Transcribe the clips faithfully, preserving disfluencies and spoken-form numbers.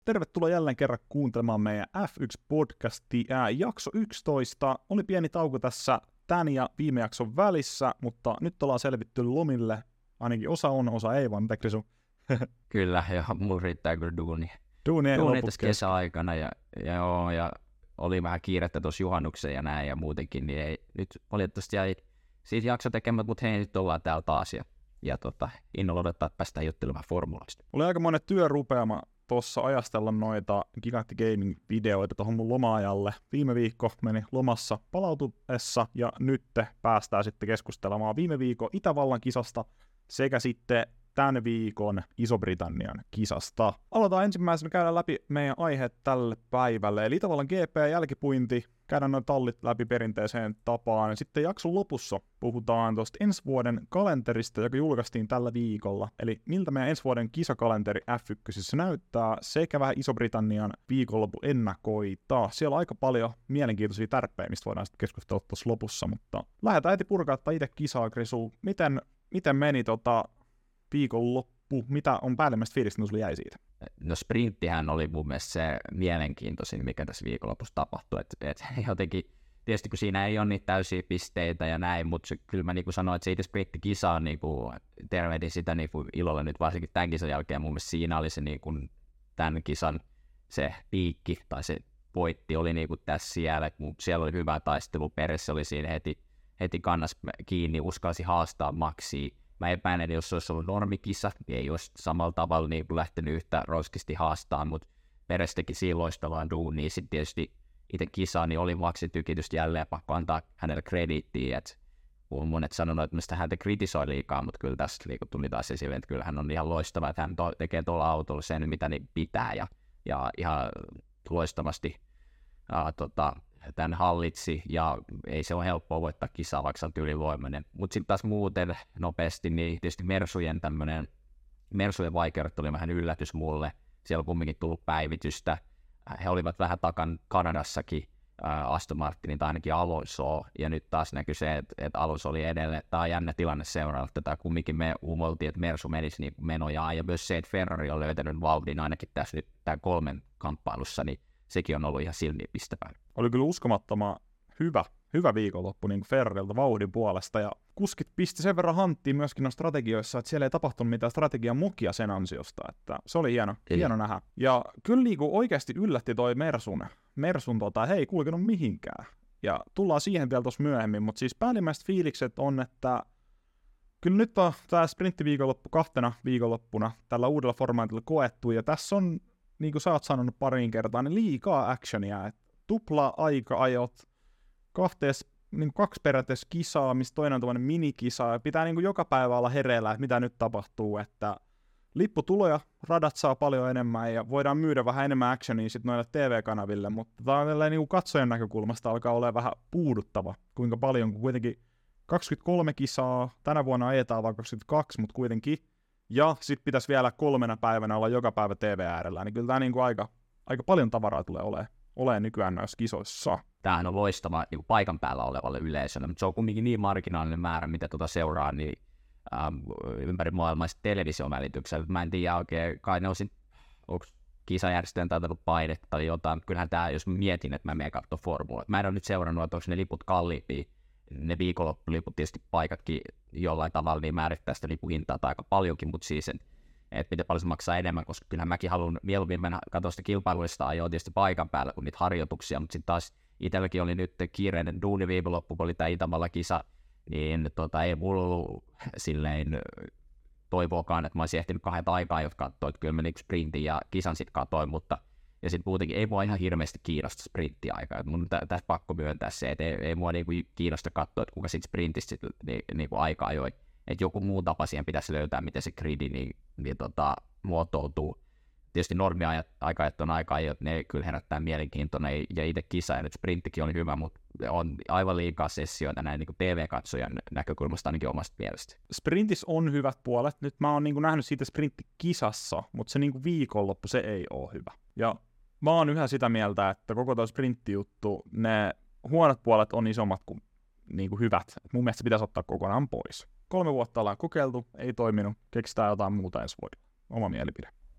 Tervetuloa jälleen kerran kuuntelemaan meidän F yksi-podcastia. Jakso yksitoista. Oli pieni tauko tässä tämän ja viime jakson välissä, mutta nyt ollaan selvitty lomille. Ainakin osa on, osa ei, vaan mitä Krisu? Kyllä, ja mulla riittää kyllä duuni. Duuni ei Duuni tässä kesäaikana, ja, ja, joo, ja oli vähän kiirettä tuossa juhannuksen ja näin ja muutenkin, niin ei, nyt valitettavasti jäi siitä jakso tekemät, mutta hei, nyt ollaan täällä taas, ja, ja tota, innolla odottaa, että päästään juttelemaan formulaista. Oli aika monen työrupeama tuossa ajastella noita Gigantti Gaming-videoita tuohon mun loma-ajalle. Viime viikko meni lomassa palautuessa, ja nyt päästään sitten keskustelemaan viime viikon Itävallan kisasta sekä sitten tämän viikon Iso-Britannian kisasta. Aloitetaan ensimmäisenä, käydään läpi meidän aiheet tälle päivälle, eli Itävallan G P-jälkipuinti, käydään noin tallit läpi perinteiseen tapaan. Sitten jakson lopussa puhutaan tuosta ensi vuoden kalenterista, joka julkaistiin tällä viikolla, eli miltä meidän ensi vuoden kisakalenteri F yksi näyttää, sekä vähän Iso-Britannian viikonlopun ennakoita. Siellä on aika paljon mielenkiintoisia tärppejä, mistä voidaan sitten keskustella tuossa lopussa, mutta lähdetään heti purkaa itse kisaa, Krisu. Miten, miten meni tota viikonloppu? Mitä on päällimmäistä fiilistä, kun sulla jäi siitä? No sprinttihän oli mun mielestä se mielenkiintoisin, mikä tässä viikonlopussa tapahtui. Et, et jotenkin, tietysti kun siinä ei ole niitä täysiä pisteitä ja näin, mutta se, kyllä mä niin sanoin, että se itse sprinttikisa on niin kuin, tervehdin sitä niin kuin ilolla nyt varsinkin tämän kisan jälkeen. Mun mielestä siinä oli se niin kuin, tämän kisan se piikki tai se pointti oli niin kuin tässä siellä. Siellä oli hyvä taistelu, Peres oli siinä heti, heti kannas kiinni, uskalsi haastaa Maxia. Mä epäilen, että jos se olisi ollut normikisa, niin ei olisi samalla tavalla niin kuin lähtenyt yhtä roskisti haastaa, mutta Peres teki siinä loistavaa duunia. Sitten tietysti itse kisaan niin oli Maxi tykitystä jälleen pakko antaa hänelle krediittiä, että monet sanonut, että mistä häntä kritisoi liikaa, mutta kyllä tässä tuli taas esille, että kyllä hän on ihan loistava, että hän to- tekee tuolla autolla sen, mitä niin pitää, ja, ja ihan loistavasti ää, tota, tämän hallitsi, ja ei se ole helppoa voittaa kisaa, vaikka se on ylivoimainen. Mutta sitten taas muuten nopeasti, niin tietysti Mersujen tämmöinen, Mersujen vaikeudet oli vähän yllätys mulle. Siellä on kumminkin tullut päivitystä. He olivat vähän takan Kanadassakin, äh, Aston Martinin tai ainakin Alonso, ja nyt taas näkyy se, että, että Alonso oli edelleen. Tämä on jännä tilanne seuraava. Tätä kumminkin me uumoltiin, että Mersu menisi niin menojaan, ja myös se, että Ferrari on löytänyt vauhdin ainakin tässä nyt tämän kolmen kamppailussa, niin sekin on ollut ihan silmiinpistävää. Oli kyllä uskomattoman hyvä, hyvä viikonloppu niin Ferrarilta vauhdin puolesta, ja kuskit pisti sen verran hanttiin myöskin on strategioissa, että siellä ei tapahtunut mitään strategian mukia sen ansiosta, että se oli hieno, hieno nähdä. Ja kyllä niin kuin oikeasti yllätti toi Mersun, Mersun tota, hei kulkenut mihinkään, ja tullaan siihen vielä tuossa myöhemmin, mutta siis päällimmäiset fiilikset on, että kyllä nyt on tämä sprinttiviikonloppu kahtena viikonloppuna tällä uudella formaatilla koettu, ja tässä on, niin kuin sä oot sanonut pariin kertaan, niin liikaa actionia, että tupla aika-ajot, kahtees, niin kaksi periaatteessa kisaa, mistä toinen on tuollainen minikisa, ja pitää niin kuin joka päivä olla hereillä, että mitä nyt tapahtuu, että lipputuloja, radat saa paljon enemmän, ja voidaan myydä vähän enemmän actionia sitten noille T V-kanaville, mutta tämä on niin kuin katsojan näkökulmasta alkaa olla vähän puuduttava, kuinka paljon, kun kuitenkin kaksikymmentäkolme kisaa, tänä vuonna ajetaan vaan kaksikymmentäkaksi, mutta kuitenkin, ja sitten pitäisi vielä kolmena päivänä olla joka päivä T V-äärellä, niin kyllä tämä niin kuin aika, aika paljon tavaraa tulee olemaan, olemaan nykyään näissä kisoissa. Tämähän on loistava niin paikan päällä olevalle yleisölle, mutta se on kuitenkin niin marginaalinen määrä, mitä tuota seuraa niin, ähm, ympäri maailmaa television välityksellä. Mä en tiedä oikein, kai ne olisin, onko kisajärjestöjen taitanut painetta tai jotain, mutta kyllähän tämä, jos mietin, että mä menen katsoa formula. Mä en ole nyt seurannut, että onko ne liput kalliimpia, ne viikonloppuliput, tietysti paikatkin jollain tavalla niin määrittää sitä lipuhintaa tai aika paljonkin, mutta siis että miten paljon se maksaa enemmän, koska kyllähän mäkin haluan mieluummin mennä katsoa sitä kilpailuista ajoa tietysti paikan päällä kuin niitä harjoituksia, mutta sitten taas itselläkin oli nyt kiireinen duuni viikonloppu, kun oli tämä Itävallan kisa, niin tota, ei mulla ollut silleen toivoakaan, että mä olisin ehtinyt kahdet aikaa, jotka katsoi, että kyllä mä niin sprintin ja kisan sitten katsoin, mutta ja sitten muutenkin ei mua ihan hirveästi kiinnosta sprinttiaikaa, mun tä- tässä pakko myöntää se, että ei, ei mua niinku kiinnosta katsoa, että kuka siitä sprintistä sit, ni, niinku aikaa ajoi, että joku muu tapa siihen pitäisi löytää, miten se gridi niin, niin tota, muotoutuu. Tietysti normiajat, aika-ajat on aika ne kyllä herättää mielenkiintoinen, ja itse kisa ja nyt sprinttikin oli hyvä, mutta on aivan liikaa sessioita näin niin T V-katsojan näkökulmasta ainakin omasta mielestä. Sprintissä on hyvät puolet. Nyt mä oon niin kuin nähnyt siitä sprinttikisassa, mutta se niin kuin viikonloppu se ei ole hyvä. Ja mä oon yhä sitä mieltä, että koko tuo sprinttijuttu, ne huonot puolet on isommat kuin, niin kuin hyvät. Mun mielestä se pitäisi ottaa kokonaan pois. Kolme vuotta ollaan kokeiltu, ei toiminut, keksitään jotain muuta ensi vuodella. Oma mielipide.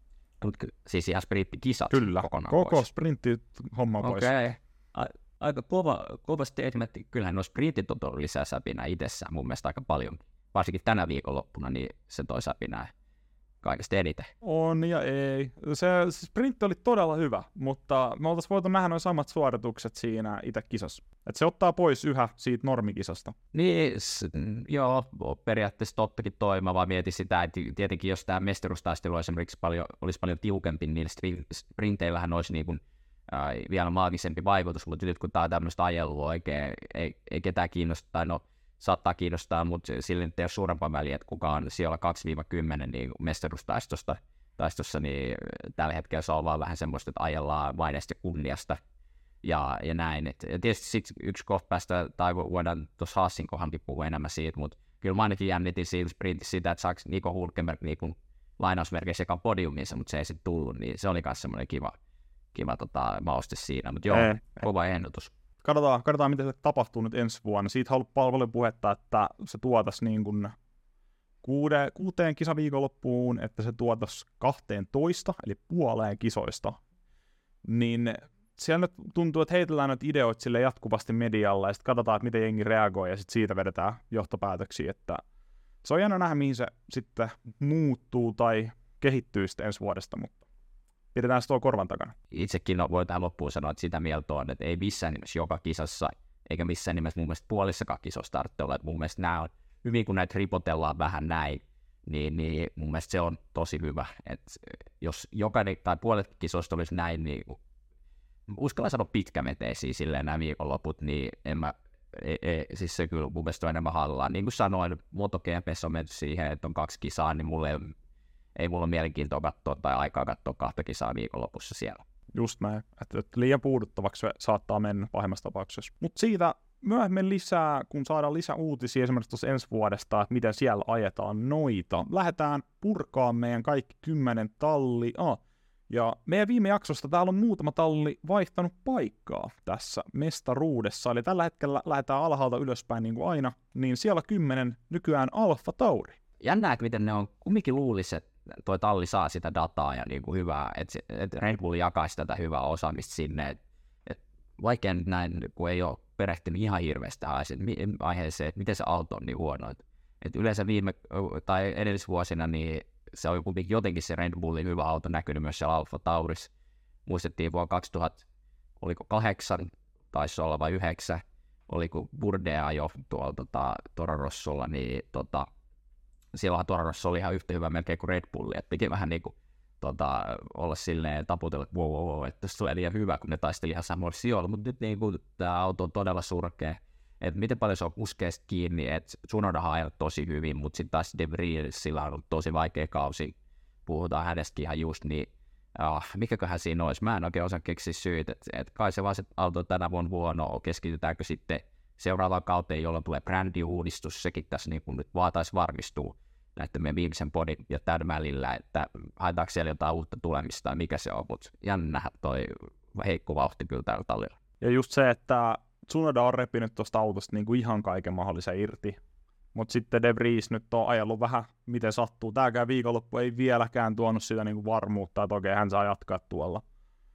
Mut, siis ihan sprinttikisat Kyllä, kokonaan koko pois. sprintti homma pois. Okei. Okay. Aika kova, kova statement. Kyllähän nuo sprintit on tullut lisää säpinää itsessään mun mielestä aika paljon. Varsinkin tänä viikonloppuna, niin se toi säpinää kaikista eniten. On ja ei. Se, se sprintti oli todella hyvä, mutta me oltaisiin voitu nähdä noin samat suoritukset siinä itse kisassa. Et se ottaa pois yhä siitä normikisasta. Niin, s- joo, periaatteessa tottakin toi. Mä vaan mietin sitä, että tietenkin jos tämä mestaruustaistelu esimerkiksi paljon, olisi paljon tiukempi, niin sprinteillähän olisi niin kuin, ää, vielä maagisempi vaikutus, mutta nyt kun tää on tämmöistä ajelua oikein, ei, ei ketään kiinnosta, tai no saattaa kiinnostaa, mutta sillä nyt ei ole suurempaa väliä, että kuka on siellä kaksi kymmenen niin mestaruustaistossa, taistossa, niin tällä hetkellä se on vaan vähän semmoista, että ajellaan maineesta ja kunniasta ja, ja näin. Et, ja tietysti sitten yksi kohta päästä, tai voidaan tuossa Haasin kohankin puhua enemmän siitä, mutta kyllä mä ainakin jännitin siinä sprintissä sitä, että saako Nico Hulkenberg niin lainausmerkeissä ekan podiumissa, mutta se ei sitten tullut, niin se oli myös semmoinen kiva, kiva tota, mauste siinä, mutta joo, Ei. kova ehdotus. Katsotaan, katsotaan, mitä se tapahtuu nyt ensi vuonna. Siitä on ollut paljon puhetta, että se tuotaisi niin kuin kuude, kuuteen kisaviikonloppuun, että se tuotaisi kahteentoista, eli puoleen kisoista. Niin siellä nyt tuntuu, että heitellään nyt ideoita sille jatkuvasti medialla, ja sitten katsotaan, että miten jengi reagoi, ja sitten siitä vedetään johtopäätöksiä, että se on jännä nähdä, mihin se sitten muuttuu tai kehittyy sitten ensi vuodesta, mutta pidetään se tuo korvan takana. Itsekin voi tähän loppuun sanoa, että sitä mieltä on, että ei missään nimessä joka kisassa, eikä missään nimessä mun mielestä puolissakaan kisossa tarvitse olla, että mun mielestä nämä on hyvin, kun näitä ripotellaan vähän näin, niin, niin mun mielestä se on tosi hyvä, että jos jokainen tai puolet kisoista olisi näin, niin uskallan sanoa pitkämeteisiä silleen nämä viikonloput, niin en mä, ei, ei, siis se kyllä mun mielestä on enemmän hallaan. Niin kuin sanoin, MotoGP:ssä on menty siihen, että on kaksi kisaa, niin mulle ei, ei mulla ole mielenkiintoa katsoa tai aikaa katsoa kahta kisaa viikonlopussa siellä. Just näin, että, että liian puuduttavaksi se saattaa mennä pahimmassa tapauksessa. Mutta siitä myöhemmin lisää, kun saadaan lisää uutisia esimerkiksi tuossa ensi vuodesta, että miten siellä ajetaan noita. Lähdetään purkaa meidän kaikki kymmenen talli. Ah, ja meidän viime jaksosta täällä on muutama talli vaihtanut paikkaa tässä mestaruudessa. Eli tällä hetkellä lähdetään alhaalta ylöspäin niin kuin aina, niin siellä kymmenen nykyään Alfa Tauri. Jännää, että miten ne on, kumminkin luulisi, että toi talli saa sitä dataa ja niin kuin hyvää, että, että Red Bull jakaisi tätä hyvää osaamista sinne. Että, että vaikea nyt näin, kun ei ole perehtynyt ihan hirveästi aiheeseen, että miten se auto on niin huono. Että, että yleensä viime tai edellisvuosina niin se on kuitenkin jotenkin se Red Bullin hyvä auto näkynyt myös siellä Alfa Taurissa. Muistettiin vuonna kaksituhatta, oliko kahdeksan, taisi olla vai yhdeksän, oliko Burdea jo tuolla tota, Toro Rossolla, niin tota, silloinhan Toro Rosso oli ihan yhtä hyvä melkein kuin Red Bulli, että piti vähän niin kuin tota, olla silleen taputella, että wow, wow, wow, että tässä tulee liian hyvä, kun ne taisteli ihan samoilla sijoilla, mutta nyt niin kuin, tämä auto on todella surkea, että miten paljon se on kuskeesta kiinni, että Tsunodahan on ajanut tosi hyvin, mutta sitten taas De Vries, sillä on ollut tosi vaikea kausi, puhutaan hänestäkin ihan just, niin ah, mikäköhän siinä olisi, mä en oikein osaa keksiä syytä, että et kai se vaan se auto tänä vuonna huono, keskitytäänkö sitten seuraavaan kauteen, jolloin tulee brändiuudistus, sekin tässä niin kuin nyt vaan taisi varmistua näiden meidän viimeisen podin ja tämän välillä, että haetaanko siellä jotain uutta tulemista tai mikä se on, mutta jännä toi heikko vauhti kyllä tällä tallilla. Ja just se, että Tsunoda on repinyt tuosta autosta niin kuin ihan kaiken mahdollisen irti, mutta sitten De Vries nyt on ajellut vähän miten sattuu. Tämäkään viikonloppu ei vieläkään tuonut sitä niin kuin varmuutta, että okei, hän saa jatkaa tuolla.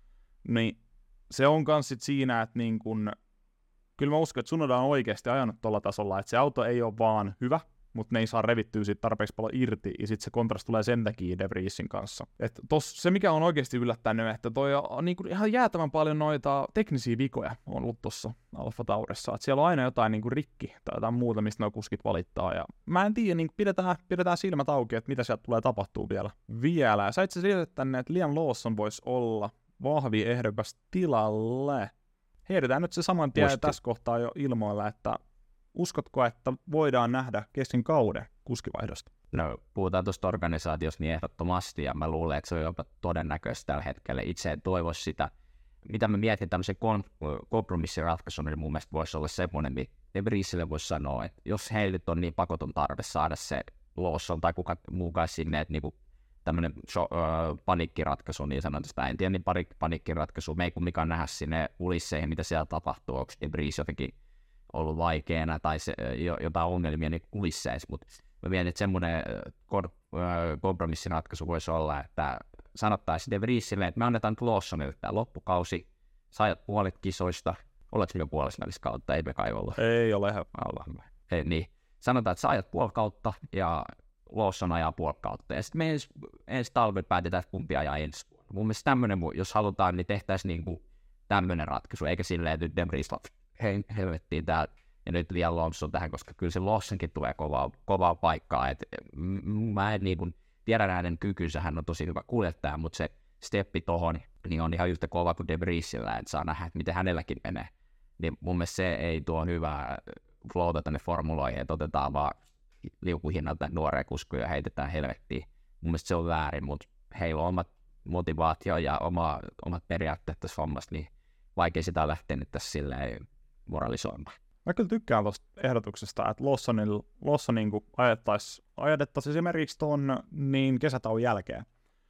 Niin se on kans sit siinä, että niin kun, kyllä mä uskon, että Tsunoda on oikeasti ajanut tuolla tasolla, että se auto ei ole vaan hyvä, mutta ne ei saa revittyä siitä tarpeeksi paljon irti, ja sitten se kontrast tulee sen takia De Vriesin kanssa. Et tos, se, mikä on oikeasti yllättänyt, että toi on niinku ihan jäätävän paljon noita teknisiä vikoja on ollut tuossa Alfa Taurissa. Et siellä on aina jotain niinku rikki tai jotain muuta, mistä nuo kuskit valittaa. Ja mä en tiedä, niin pidetään, pidetään silmät auki, että mitä sieltä tulee tapahtuu vielä. Vielä. Ja sä itse asiassa tänne, että Liam Lawson voisi olla vahvi ehdokas tilalle. Heitetään nyt se saman tien Musti. tässä kohtaa jo ilmoilla, että uskotko, että voidaan nähdä kesken kauden kuskivaihdosta? No, puhutaan tuosta organisaatiosta niin ehdottomasti, ja mä luulen, että se on jopa todennäköistä tällä hetkellä. Itse en toivoisi sitä. Mitä mä mietin tämmöisen kompromissiratkaisun, niin mun mielestä voisi olla semmoinen, mitä De Vriesille voisi sanoa, että jos heille on niin pakoton tarve saada se Lawson tai kuka muukaan sinne, että niinku tämmöinen so, äh, paniikkiratkaisu, niin sanotaan, en tiedä, niin pari paniikkiratkaisu, me ei kumminkaan nähdä sinne ulisseihin, mitä siellä tapahtuu, onko De Vries jotenkin ollut vaikeana tai se, jotain ongelmia niin kulisseissa, mutta mä mietin, että semmoinen kompromissiratkaisu voisi olla, että sanottaisiin De Vriesille, että me annetaan nyt Lawsonille tämä loppukausi, sä ajat puolet kisoista, oletko jo puolessa välissä kautta, ei me kai olla. Ei ole. Ollaan. Ei, niin. Sanotaan, että sä ajat puoli kautta ja Lawson ajaa puoli kautta. Ja sitten me ensi, ensi talven päätetään, että kumpi ajaa ensi vuonna. Mun mielestä tämmöinen, jos halutaan, niin tehtäisiin niinku tämmöinen ratkaisu, eikä silleen, että nyt De Vries he, helvettiin täällä ja nyt liian Lawson tähän, koska kyllä se Lawsonkin tulee kovaa, kovaa paikkaa. Et, m- mä en niin kuin, tiedän hänen kykynsä, hän on tosi hyvä kuljettaja, mutta se steppi tohon niin on ihan yhtä kova kuin De Vriesillä, että saa nähdä, että miten hänelläkin menee. Niin mun mielestä se ei tuo hyvää flowta tänne formuloihin, että otetaan vaan liukuhinnalta nuoria kuskuja ja heitetään helvettiin. Mun mielestä se on väärin, mutta heillä on omat motivaatio ja oma, omat periaatteet tässä hommassa, niin vaikea sitä lähteä nyt tässä silleen moralisoimaan. Mä kyllä tykkään tuosta ehdotuksesta, että Lawsonin, Lawsonin kun ajettaisiin esimerkiksi tuon niin kesätauon jälkeen.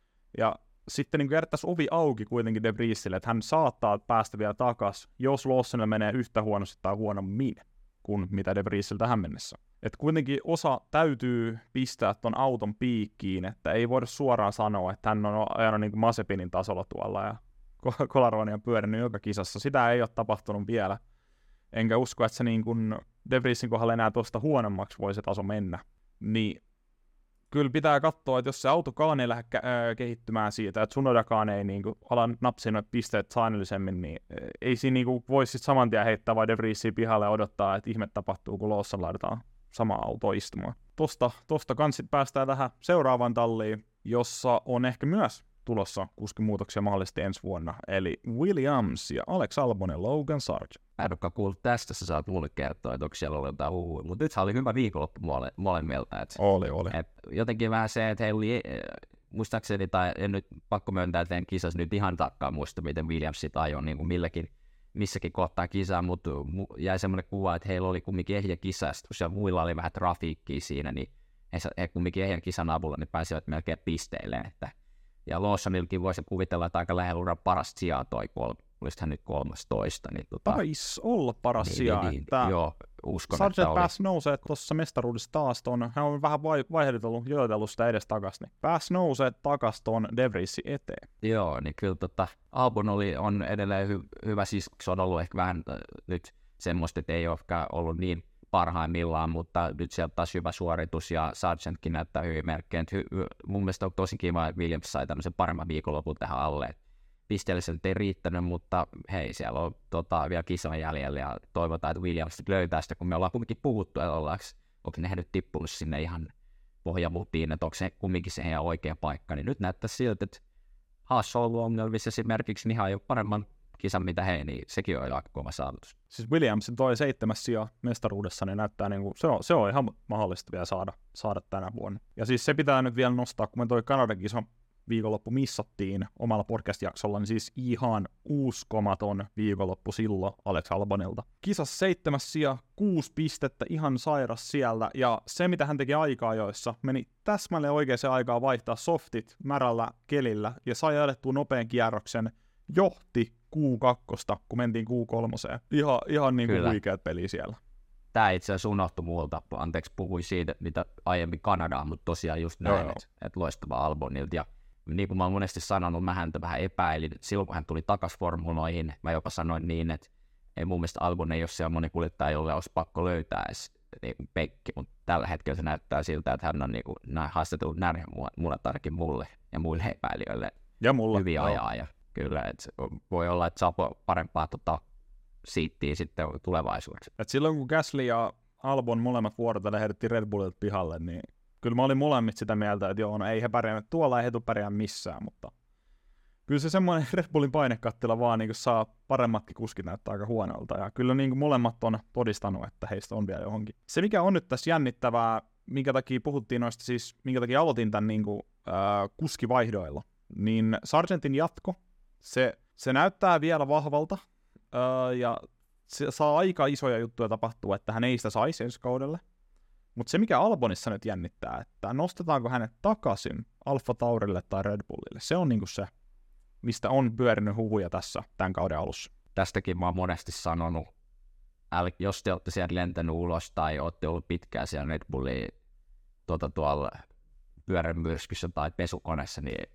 Ja sitten niin jätettäisiin ovi auki kuitenkin De Vriesille, että hän saattaa päästä vielä takaisin, jos Lawsonilla menee yhtä huonosti tai huonommin kuin mitä De Vriesillä tähän mennessä. Että kuitenkin osa täytyy pistää ton auton piikkiin, että ei voida suoraan sanoa, että hän on ajanut niin kuin Mazepinin tasolla tuolla ja Kolaronia on pyörinyt joka kisassa. Sitä ei ole tapahtunut vielä. Enkä usko, että se niin kuin De Vriesin kohdalla enää tuosta huonommaksi voi se taso mennä. Niin kyllä pitää katsoa, että jos se autokaan ei lähde kä- kehittymään siitä, että Tsunodakaan ei niin kuin ala napsia noita pisteet säännöllisemmin, niin ei siinä niin kuin voi sitten saman tien heittää vai De Vriesiä pihalle ja odottaa, että ihme tapahtuu, kun Lawson laitetaan samaa autoa istumaan. Tosta, tosta kans sit päästään tähän seuraavaan talliin, jossa on ehkä myös tulossa kuskimuutoksia mahdollisesti ensi vuonna, eli Williams ja Alex Albon ja Logan Sargent. Mä en olekaan kuullut tästä, sä saat mulle kertoa, että onko siellä ollut jotain huhuja, mutta nythän oli hyvä viikonloppu mole, molemmilta. Et, oli, oli. Et jotenkin vähän se, että heillä oli, muistaakseni, tai en nyt pakko myöntää, että en kisassa nyt ihan tarkkaan muista, miten Williamsit ajoi niin kuin milläkin, missäkin kohtaa kisaa, mutta jäi semmoinen kuva, että heillä oli kumminkin ehjä kisa, ja siellä muilla oli vähän trafiikkiä siinä, niin he, he kumminkin ehjän kisan avulla niin pääsivät melkein pisteille, että ja Lawsonilkin voisi kuvitella, että aika lähellä uran parasta sijaa toi kolme. Olisithan nyt kolmastoista. Niin tota, taisi olla paras niin, sija. niin, että joo, uskon, Sargent että oli. pääsi nousee tuossa mestaruudessa taas ton, hän on vähän vai- vaihdellut, joitellut sitä edes takas, niin pääsi nousee takas ton De Vriesin eteen. Joo, niin kyllä tota, Albon oli, on edelleen hy- hyvä, siis se on ollut ehkä vähän äh, nyt semmoista, että ei ole ollut niin parhaimmillaan, mutta nyt sieltä taas hyvä suoritus ja Sargentkin näyttää hyvin merkkejä. Hy- mun mielestä on tosi kiva, että Williams sai tämmöisen paremman viikonlopun tähän alle. Pisteelliseltä ei riittänyt, mutta hei, siellä on tota, vielä kisan jäljellä ja toivotaan, että Williams löytää sitä, kun me ollaan kumminkin puhuttu, että ollaanko, onko ne nyt tippunut sinne ihan pohjamutiin, että onko se kumminkin se heidän oikea paikka, niin nyt näyttää siltä, että Haas on ollut ongelmissa esimerkiksi, niin ihan jo paremman kisan mitä he, niin sekin on aika kova saavutus. Siis Williamsin toi seitsemäs sija mestaruudessa, niin näyttää niin kuin, se, on, se on ihan mahdollista vielä saada, saada tänä vuonna. Ja siis se pitää nyt vielä nostaa, kun me toi Kanadan kisa viikonloppu missattiin omalla podcast-jaksolla, niin siis ihan uskomaton viikonloppu silloin Alex Albonilta. Kisassa seitsemäs sija, kuusi pistettä, ihan sairas siellä, ja se mitä hän teki aika-ajoissa, meni täsmälleen oikeaan aikaan vaihtaa softit märällä kelillä, ja sai ajettua nopean kierroksen, johti Q kaksi, kun mentiin Q kolme. Ihan, ihan niin kuin huikeat peli siellä. Tämä itse asiassa unohtui muulta, anteeksi puhuin siitä, mitä aiemmin Kanadaan, mutta tosiaan just näin, että et loistava Albonilta. Ja niin kuin mä oon monesti sanonut, mä häntä vähän epäilin, silloin kun hän tuli takaisin formuloihin, mä jopa sanoin niin, että ei mun mielestä Albon ei ole siellä moni kuljettaja, jolle olisi pakko löytää edes niin penkki, mutta tällä hetkellä se näyttää siltä, että hän on niin kuin, haastattelut närjän mulle, ainakin mulle ja muille epäilijöille ja mulla, hyvin ajaa. Ja kyllä, että voi olla, että saa parempaa tota, siittiä sitten tulevaisuudessa. Et silloin kun Gasly ja Albon molemmat vuorot lähetettiin Red Bullilta pihalle, niin kyllä mä olin molemmit sitä mieltä, että joo, no ei he pärjää, tuolla ei he tule pärjää missään, mutta kyllä se semmoinen Red Bullin painekattila vaan niin saa paremmatkin kuskit näyttää aika huonolta, ja kyllä niin molemmat on todistanut, että heistä on vielä johonkin. Se mikä on nyt tässä jännittävää, minkä takia puhuttiin noista siis, minkä takia aloitin tämän niin kuin, äh, kuskivaihdoilla, niin Sargentin jatko, se, se näyttää vielä vahvalta, äh, ja se saa aika isoja juttuja tapahtua, että hän ei sitä saisi ensi kaudelle. Mutta se, mikä Albonissa nyt jännittää, että nostetaanko hänet takaisin Alfa Taurille tai Red Bullille, se on niinku se, mistä on pyörinyt huhuja tässä tämän kauden alussa. Tästäkin mä oon monesti sanonut, äl, jos te olette sieltä lentänyt ulos tai olette ollut pitkään siellä Red Bullin tuota, tuolla pyörämyrskyssä tai pesukoneessa, niin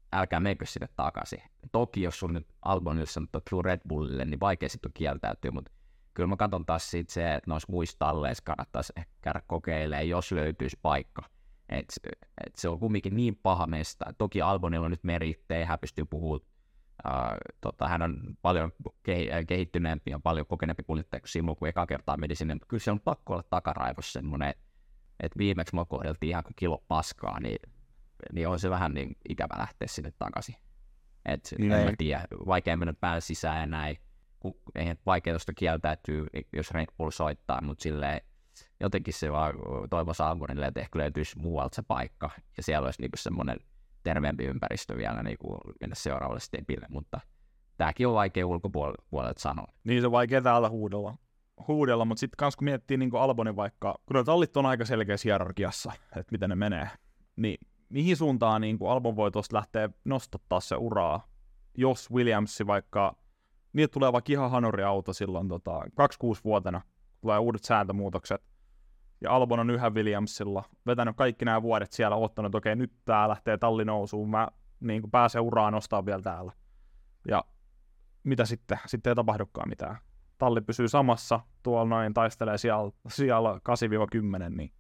älkää meikö sinne takaisin. Toki jos sun nyt Albonille sanottu Red Bullille, niin vaikea sitten kieltäytyy, mutta kyllä mä katson taas siitä se, että noissa muissa talleissa kannattaisi käydä kokeilemaan, jos löytyisi paikka. Et, et se on kumminkin niin paha mesta. Toki Albonilla on nyt merittejä, hän pystyy puhumaan. Uh, tota, hän on paljon kehittyneempi ja paljon kokeneempi kuljettaja kuin silloin, kun eka kertaa meni sinne. Kyllä se on pakko olla takaraivossa semmoinen, että viimeksi mua kohdeltiin ihan kuin kilo paskaa, niin, niin on se vähän niin ikävä lähteä sinne takaisin. Et niin en mä tiedä, vaikea mennä päälle sisään ja näin. Eihän vaikea tuosta kieltäytyy, jos Red Bull soittaa, mutta silleen jotenkin se vaan toivoisi Albonille, että ehkä löytyisi muualta se paikka, ja siellä olisi niinku semmoinen terveempi ympäristö vielä niinku mennä seuraavalle stepille, mutta tämäkin on vaikea ulkopuolelta sanoa. Niin se on vaikea täältä huudella, huudella mutta sitten kans kun miettii niinku Albonin vaikka, kun ne tallit on aika selkeässä hierarkiassa, että miten ne menee, niin mihin suuntaan niinku Albon voi tuosta lähteä nostattaa se uraa, jos Williamsi vaikka, niitä tulee vaikka ihan hanuriauto silloin tota, kaksikymmentäkuusi-vuotena, tulee uudet sääntömuutokset, ja Albon on yhä Williamsilla, vetänyt kaikki nämä vuodet siellä, ottanut, että okei, nyt tää lähtee talli nousuun, mä niin kuin pääsen uraa nostaa vielä täällä. Ja mitä sitten? Sitten ei tapahdukaan mitään. Talli pysyy samassa, tuolla noin taistelee siellä, siellä kahdeksan kymmenen, niin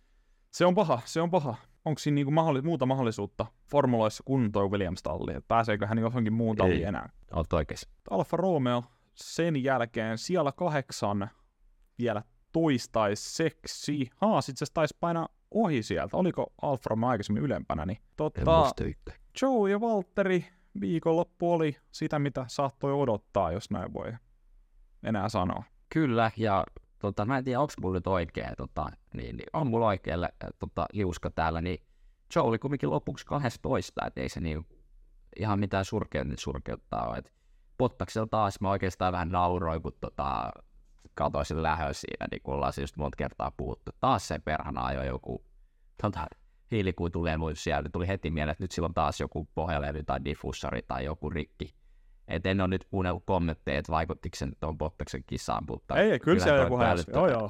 se on paha, se on paha. Onko siinä niinku mahdollis- muuta mahdollisuutta formuloissa kuin toi Williams-talli, että pääseekö hän johonkin muun talliin enää? Olet oikeassa. Alfa Romeo sen jälkeen siellä kahdeksan vielä toistaiseksi. Haa, sit se taisi painaa ohi sieltä. Oliko Alfa Romeo aikaisemmin ylempänä? Niin, tota, Joe ja Valtteri viikonloppu oli sitä, mitä saattoi odottaa, jos näin voi enää sanoa. Kyllä, ja tota, mä en tiedä, onko mulla nyt oikein, tota, niin, niin on mulla oikein tota, liuska täällä, niin Joe oli kumminkin lopuksi kaksitoista, et ei se niin, ihan mitään surkeutta surkeuttaa ole. Bottaksella taas mä oikeastaan vähän nauroin, kun tota, katsoin sen lähön siinä, niin kun ollaan just monta kertaa puhuttu. Taas se perhana ajoi joku tota, hiilikuitulevy siellä, tuli heti mieleen, että nyt silloin taas joku pohjalevy tai diffussori tai joku rikki. Et en ole nyt kuunnellut kommentteja, että vaikuttiko se tuon Bottaksen kisaan, mutta ei, kyllä siellä joku hälytti. Joo, joo.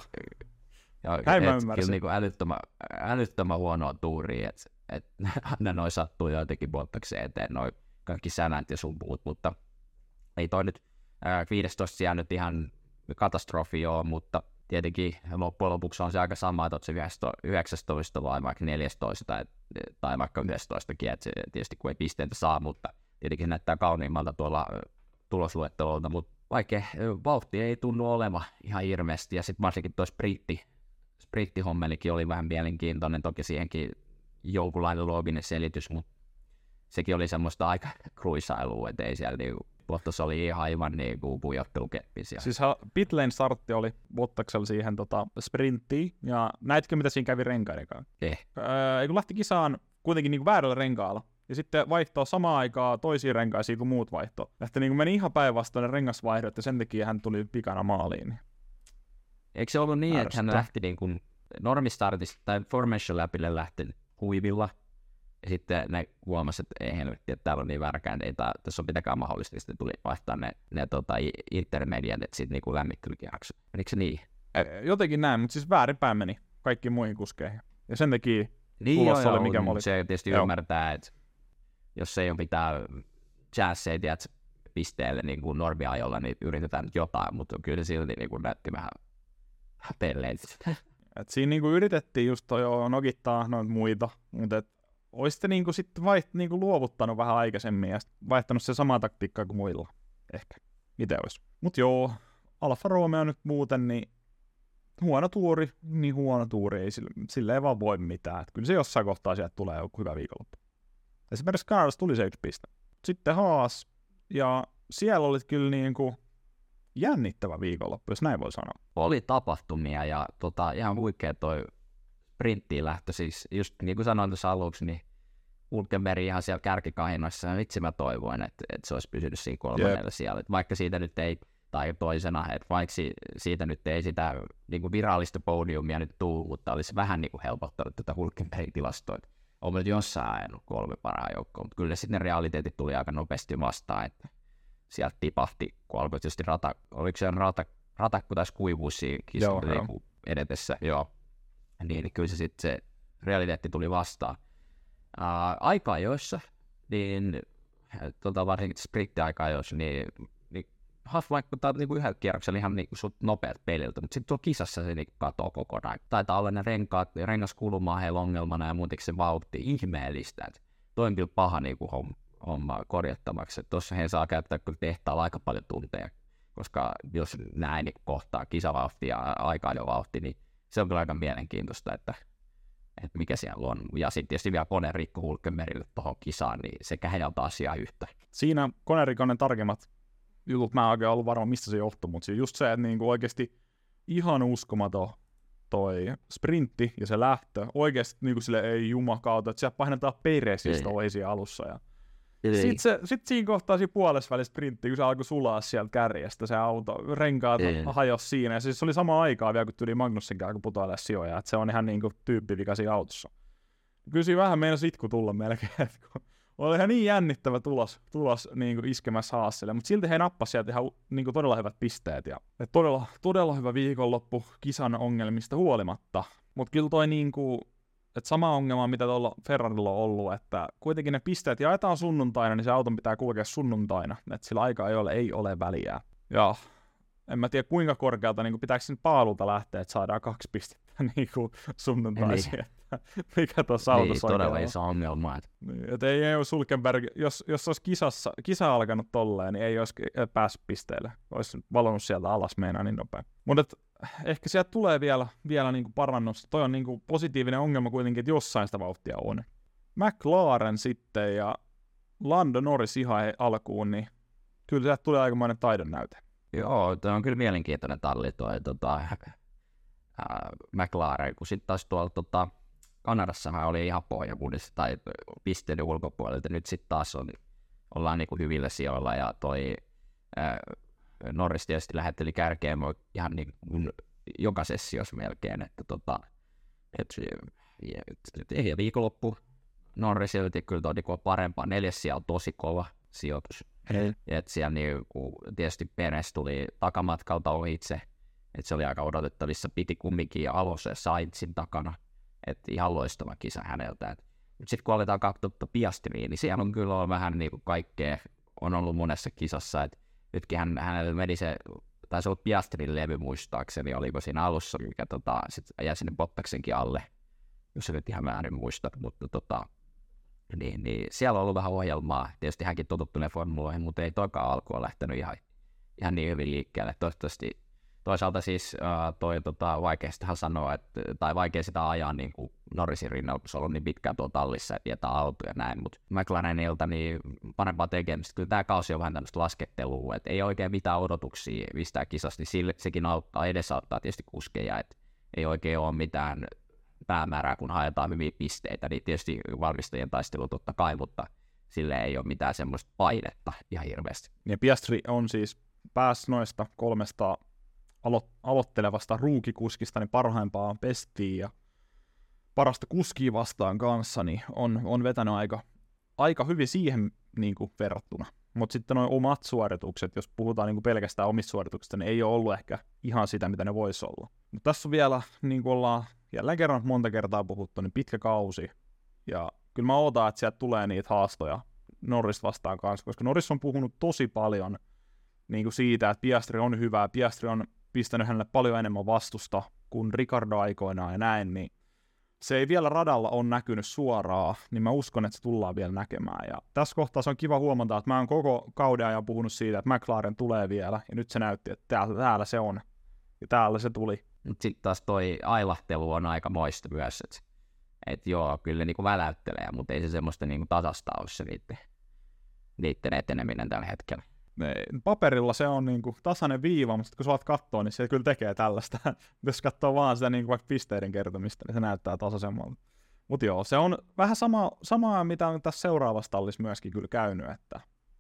Näin mä ymmärsin. Kyllä niin älyttömän, älyttömän huonoa tuuria, että et, aina noin sattuu jotenkin Bottakseen eteen, noin kaikki sänät ja sun puut, mutta ei toi nyt äh, viisitoista siellä nyt ihan katastrofi joo, mutta tietenkin loppujen lopuksi on se aika sama, että olet se yhdeksäntoista vai vaikka neljätoista tai, tai vaikka yksitoistakin, että se tietysti kun ei pisteitä saa, mutta tietenkin näyttää kauniimmalta tuolla tulosluettelolta, mutta vaikea vauhti ei tunnu olevan ihan hirveästi, ja sitten varsinkin tuo spritti, sprittihommelikin oli vähän mielenkiintoinen, toki siihenkin jonkunlainen looginen selitys, mutta sekin oli semmoista aika kruisailua, että ei siellä niinku Bottas oli ihan aivan niin kuin pujottelukeppi siellä. Siis pitlane startti oli Bottaksella siihen tota, sprinttiin, ja näitkö mitä siinä kävi renkaiden kanssa? Eh. Öö, kun lähti kisaan kuitenkin niin kuin väärällä renkaalla, ja sitten vaihtoi samaan aikaan toisiin renkaisiin kuin muut vaihto. Lähti niin kuin meni ihan päinvastoin rengasvaihdot, ja sen takia hän tuli pikana maaliin. Eikö se ollut niin, Ärsyttä. Että hän lähti niin kuin normistartista tai formation läpille lähti kuivilla, ja sitten ne huomasi, että ei helvetti, että täällä on niin värkäänteitä, että tässä on pitäkään mahdollista, ja sitten tuli vaihtaa ne, ne tota, intermediat, että sitten niinku lämmittelykierrokset. Menikö se niin? Jotenkin näin, mutta siis väärinpäin meni kaikkiin muihin kuskeihin. Ja sen takia niin tulossa joo, oli mikä joo, oli. Se tietysti joo. Ymmärtää, että jos ei ole mitään chanceja, tiedät, pisteelle niin kuin normiajolla, niin yritetään nyt jotain, mutta kyllä silti niin kuin näytti vähän pelleet. Et siinä niin kuin yritettiin just jo nokittaa noita muita, mutta olisitte niinku sitten vaiht, niinku luovuttanut vähän aikaisemmin ja vaihtanut se samaa taktiikkaa kuin muilla. Ehkä. Itse olisi. Mut joo, Alfa Romeo nyt muuten, niin huono tuuri, niin huono tuuri, ei sille, sille ei vaan voi mitään. Et kyllä se jossain kohtaa sieltä tulee joku hyvä viikonloppu. Esimerkiksi Carlos tuli se yksi piste. Sitten Haas, ja siellä oli kyllä niinku jännittävä viikonloppu, jos näin voi sanoa. Oli tapahtumia ja tota, ihan huikea toi sprinttiin lähtö, siis just niin kuin sanoin tuossa aluksi, niin Hulkenberg ihan siellä kärkikahinoissa, ja vitsi mä toivoin, että, että se olisi pysynyt siinä kolmannella yep. siellä, että vaikka siitä nyt ei, tai toisena, että vaikka siitä nyt ei sitä niin kuin virallista podiumia nyt tuu, mutta olisi vähän niin kuin helpottanut tätä Hulkenbergin tilastoa, että on nyt jossain ajanut kolme paraa joukkoa, mutta kyllä sitten ne realiteetit tuli aika nopeasti vastaan, että sieltä tipahti, kun alkoi tietysti rata, oliko se rata, ratakku taisi kuivua siinä kisan edetessä, joo. Niin kyllä se sitten se realiteetti tuli vastaan. Ää, aika ajoissa niin tota, varsinkin sprinttiaikaa jos, niin, niin Half-Life on niinku yhdellä kierroksella ihan niinku sut nopeat peliltä, mutta sitten tuolla kisassa se niinku katoo kokonaan. Taitaa olla ne renkaat, rengas kulumaan heillä ongelmana ja muutenkin se vauhti ihmeellistä. Et toi on kyllä paha niinku homma, homma korjattavaksi. Tuossa he saa käyttää kyllä tehtaalla aika paljon tunteja, koska jos näin niin kohtaa kisavauhti ja aikailuvauhti, niin se on kyllä aika mielenkiintoista, että, että mikä siellä on. Ja sitten tietysti vielä konerikko Hulkenbergille tuohon kisaan, niin se käheltää asiaa yhtä. Siinä konerikonen tarkemmat jutut, mä en oikein ollut varma, mistä se johtuu, mutta just se, että niinku oikeasti ihan uskomaton toi sprintti ja se lähtö, oikeasti niinku sille ei jumakauta, että siellä painetaan peresistä ohi siellä alussa. Ja sitten se, sit siinä kohtaa siinä puolessa välissä sprintti, kun se alkoi sulaa sieltä kärjestä se auto, renkaat hajosi siinä, ja siis se oli sama aikaa vielä, kun tuli Magnussen käy, kun putoilee sijoja, että se on ihan niinku tyyppivika siinä autossa. Kyllä siinä vähän meinasi itku tulla melkein, kun oli ihan niin jännittävä tulos, tulos niin iskemässä Haasille, mutta silti he nappasivat sieltä ihan niin todella hyvät pisteet. Ja, todella, todella hyvä viikonloppu kisan ongelmista huolimatta. Mutta kyllä toi niin kuin, että sama ongelma, mitä tuolla Ferrarilla on ollut, että kuitenkin ne pisteet jaetaan sunnuntaina, niin se auton pitää kulkea sunnuntaina. Että sillä aikaa ei ole, ei ole väliä. Ja en mä tiedä kuinka korkealta, niin kuin pitääkö sen paalulta lähteä, että saadaan kaksi pistettä niin kuin sunnuntaisin. Mikä tuossa autossa niin, todella iso ongelma. Niin, että ei, ei ole Sulkenberg, jos, jos olisi kisassa, kisa alkanut tolleen, niin ei olisi päässyt pisteelle. Olisi valonnut sieltä alas meinaa niin nopein. Mutta ehkä sieltä tulee vielä, vielä niinku parannusta. Toi on niinku positiivinen ongelma kuitenkin, että jossain sitä vauhtia on. McLaren sitten ja Lando Norris ihan alkuun, niin kyllä sieltä tulee aikamoinen taidon näyte. Joo, toi on kyllä mielenkiintoinen talli toi tota, äh, McLaren, kun sitten taas tuolla tota, Kanadassahan oli ihan pohjavuudessa tai pisteiden ulkopuolelta. Nyt sitten taas on, ollaan niinku hyvillä sijoilla ja toi äh, Norris tietysti lähetteli kärkeen ihan niin kuin joka sessiossa melkein. Että tota, et, ja, ja viikonloppu Norrisilta kyllä toi niinku parempaa. Neljäs sija on tosi kova sijoitus. Et siellä niinku, tietysti Perez tuli takamatkalta ohitse. Et se oli aika odotettavissa. Piti kumminkin Alonso Sainzin takana. Että ihan loistava kisa häneltä. Sitten kun aletaan katsoa Piastriin, niin siellä on kyllä ollut vähän niin kuin kaikkea, on ollut monessa kisassa. Et nytkin hän, hänelle meni se, taisi olla Piastrin levy muistaakseni, oliko siinä alussa, mikä tota, sit jäi sinne Bottaksenkin alle, jos se nyt ihan väärin muista. Mutta tota, niin, niin siellä on ollut vähän ohjelmaa. Tietysti hänkin totuttuneen formuloihin, mutta ei toikaan alku ole lähtenyt ihan, ihan niin hyvin liikkeelle. Toivottavasti toisaalta siis äh, toi tota, vaikea sitähän sanoa, että, tai vaikea sitä ajaa niin kuin Norrisin rinnalla, kun se on ollut niin pitkään tuolla tallissa, että tietää autoja ja näin, mutta McLarenilta niin parempaa tekemistä. Kyllä tämä kausi on vähän tämmöistä laskettelua, että ei oikein mitään odotuksia mistään kisasta, niin sille, sekin auttaa, edesauttaa tietysti kuskeja, että ei oikein ole mitään päämäärää, kun haetaan hyviä pisteitä, niin tietysti valmistajien taistelu totta kai, mutta sille ei ole mitään semmoista painetta ihan hirveästi. Ja Piastri on siis päässyt noista kolmesta alo- aloittelevasta ruukikuskista niin parhaimpaan pestiin ja parasta kuskia vastaan kanssa, niin on, on vetänyt aika, aika hyvin siihen niin kuin verrattuna. Mutta sitten nuo omat suoritukset, jos puhutaan niin kuin pelkästään omista suorituksista, niin ei ole ollut ehkä ihan sitä, mitä ne voisi olla. Mutta tässä on vielä, niin kuin ollaan jälleen kerran monta kertaa puhuttu, niin pitkä kausi. Ja kyllä mä ootan, että sieltä tulee niitä haastoja Norris vastaan kanssa, koska Norris on puhunut tosi paljon niin kuin siitä, että Piastri on hyvä, Piastri on pistänyt hänelle paljon enemmän vastusta kuin Ricardo aikoinaan ja näin, niin se ei vielä radalla ole näkynyt suoraan, niin mä uskon, että se tullaan vielä näkemään. Ja tässä kohtaa se on kiva huomata, että mä oon koko kauden ajan puhunut siitä, että McLaren tulee vielä, ja nyt se näytti, että täällä, täällä se on, ja täällä se tuli. Sitten taas toi ailahtelu on aika moista myös, että et joo, kyllä ne niinku väläyttelee, mutta ei se semmoista niinku tasasta ole se niiden, niiden eteneminen tällä hetkellä. Paperilla se on niinku tasainen viiva, mutta kun sä alat kattoo, niin se kyllä tekee tällaista. Jos katsoo vaan sitä niinku vaikka pisteiden kertomista, niin se näyttää tasaisemmalta. Mutta joo, se on vähän sama, samaa, mitä on tässä seuraavassa tallissa myöskin kyllä käynyt. Että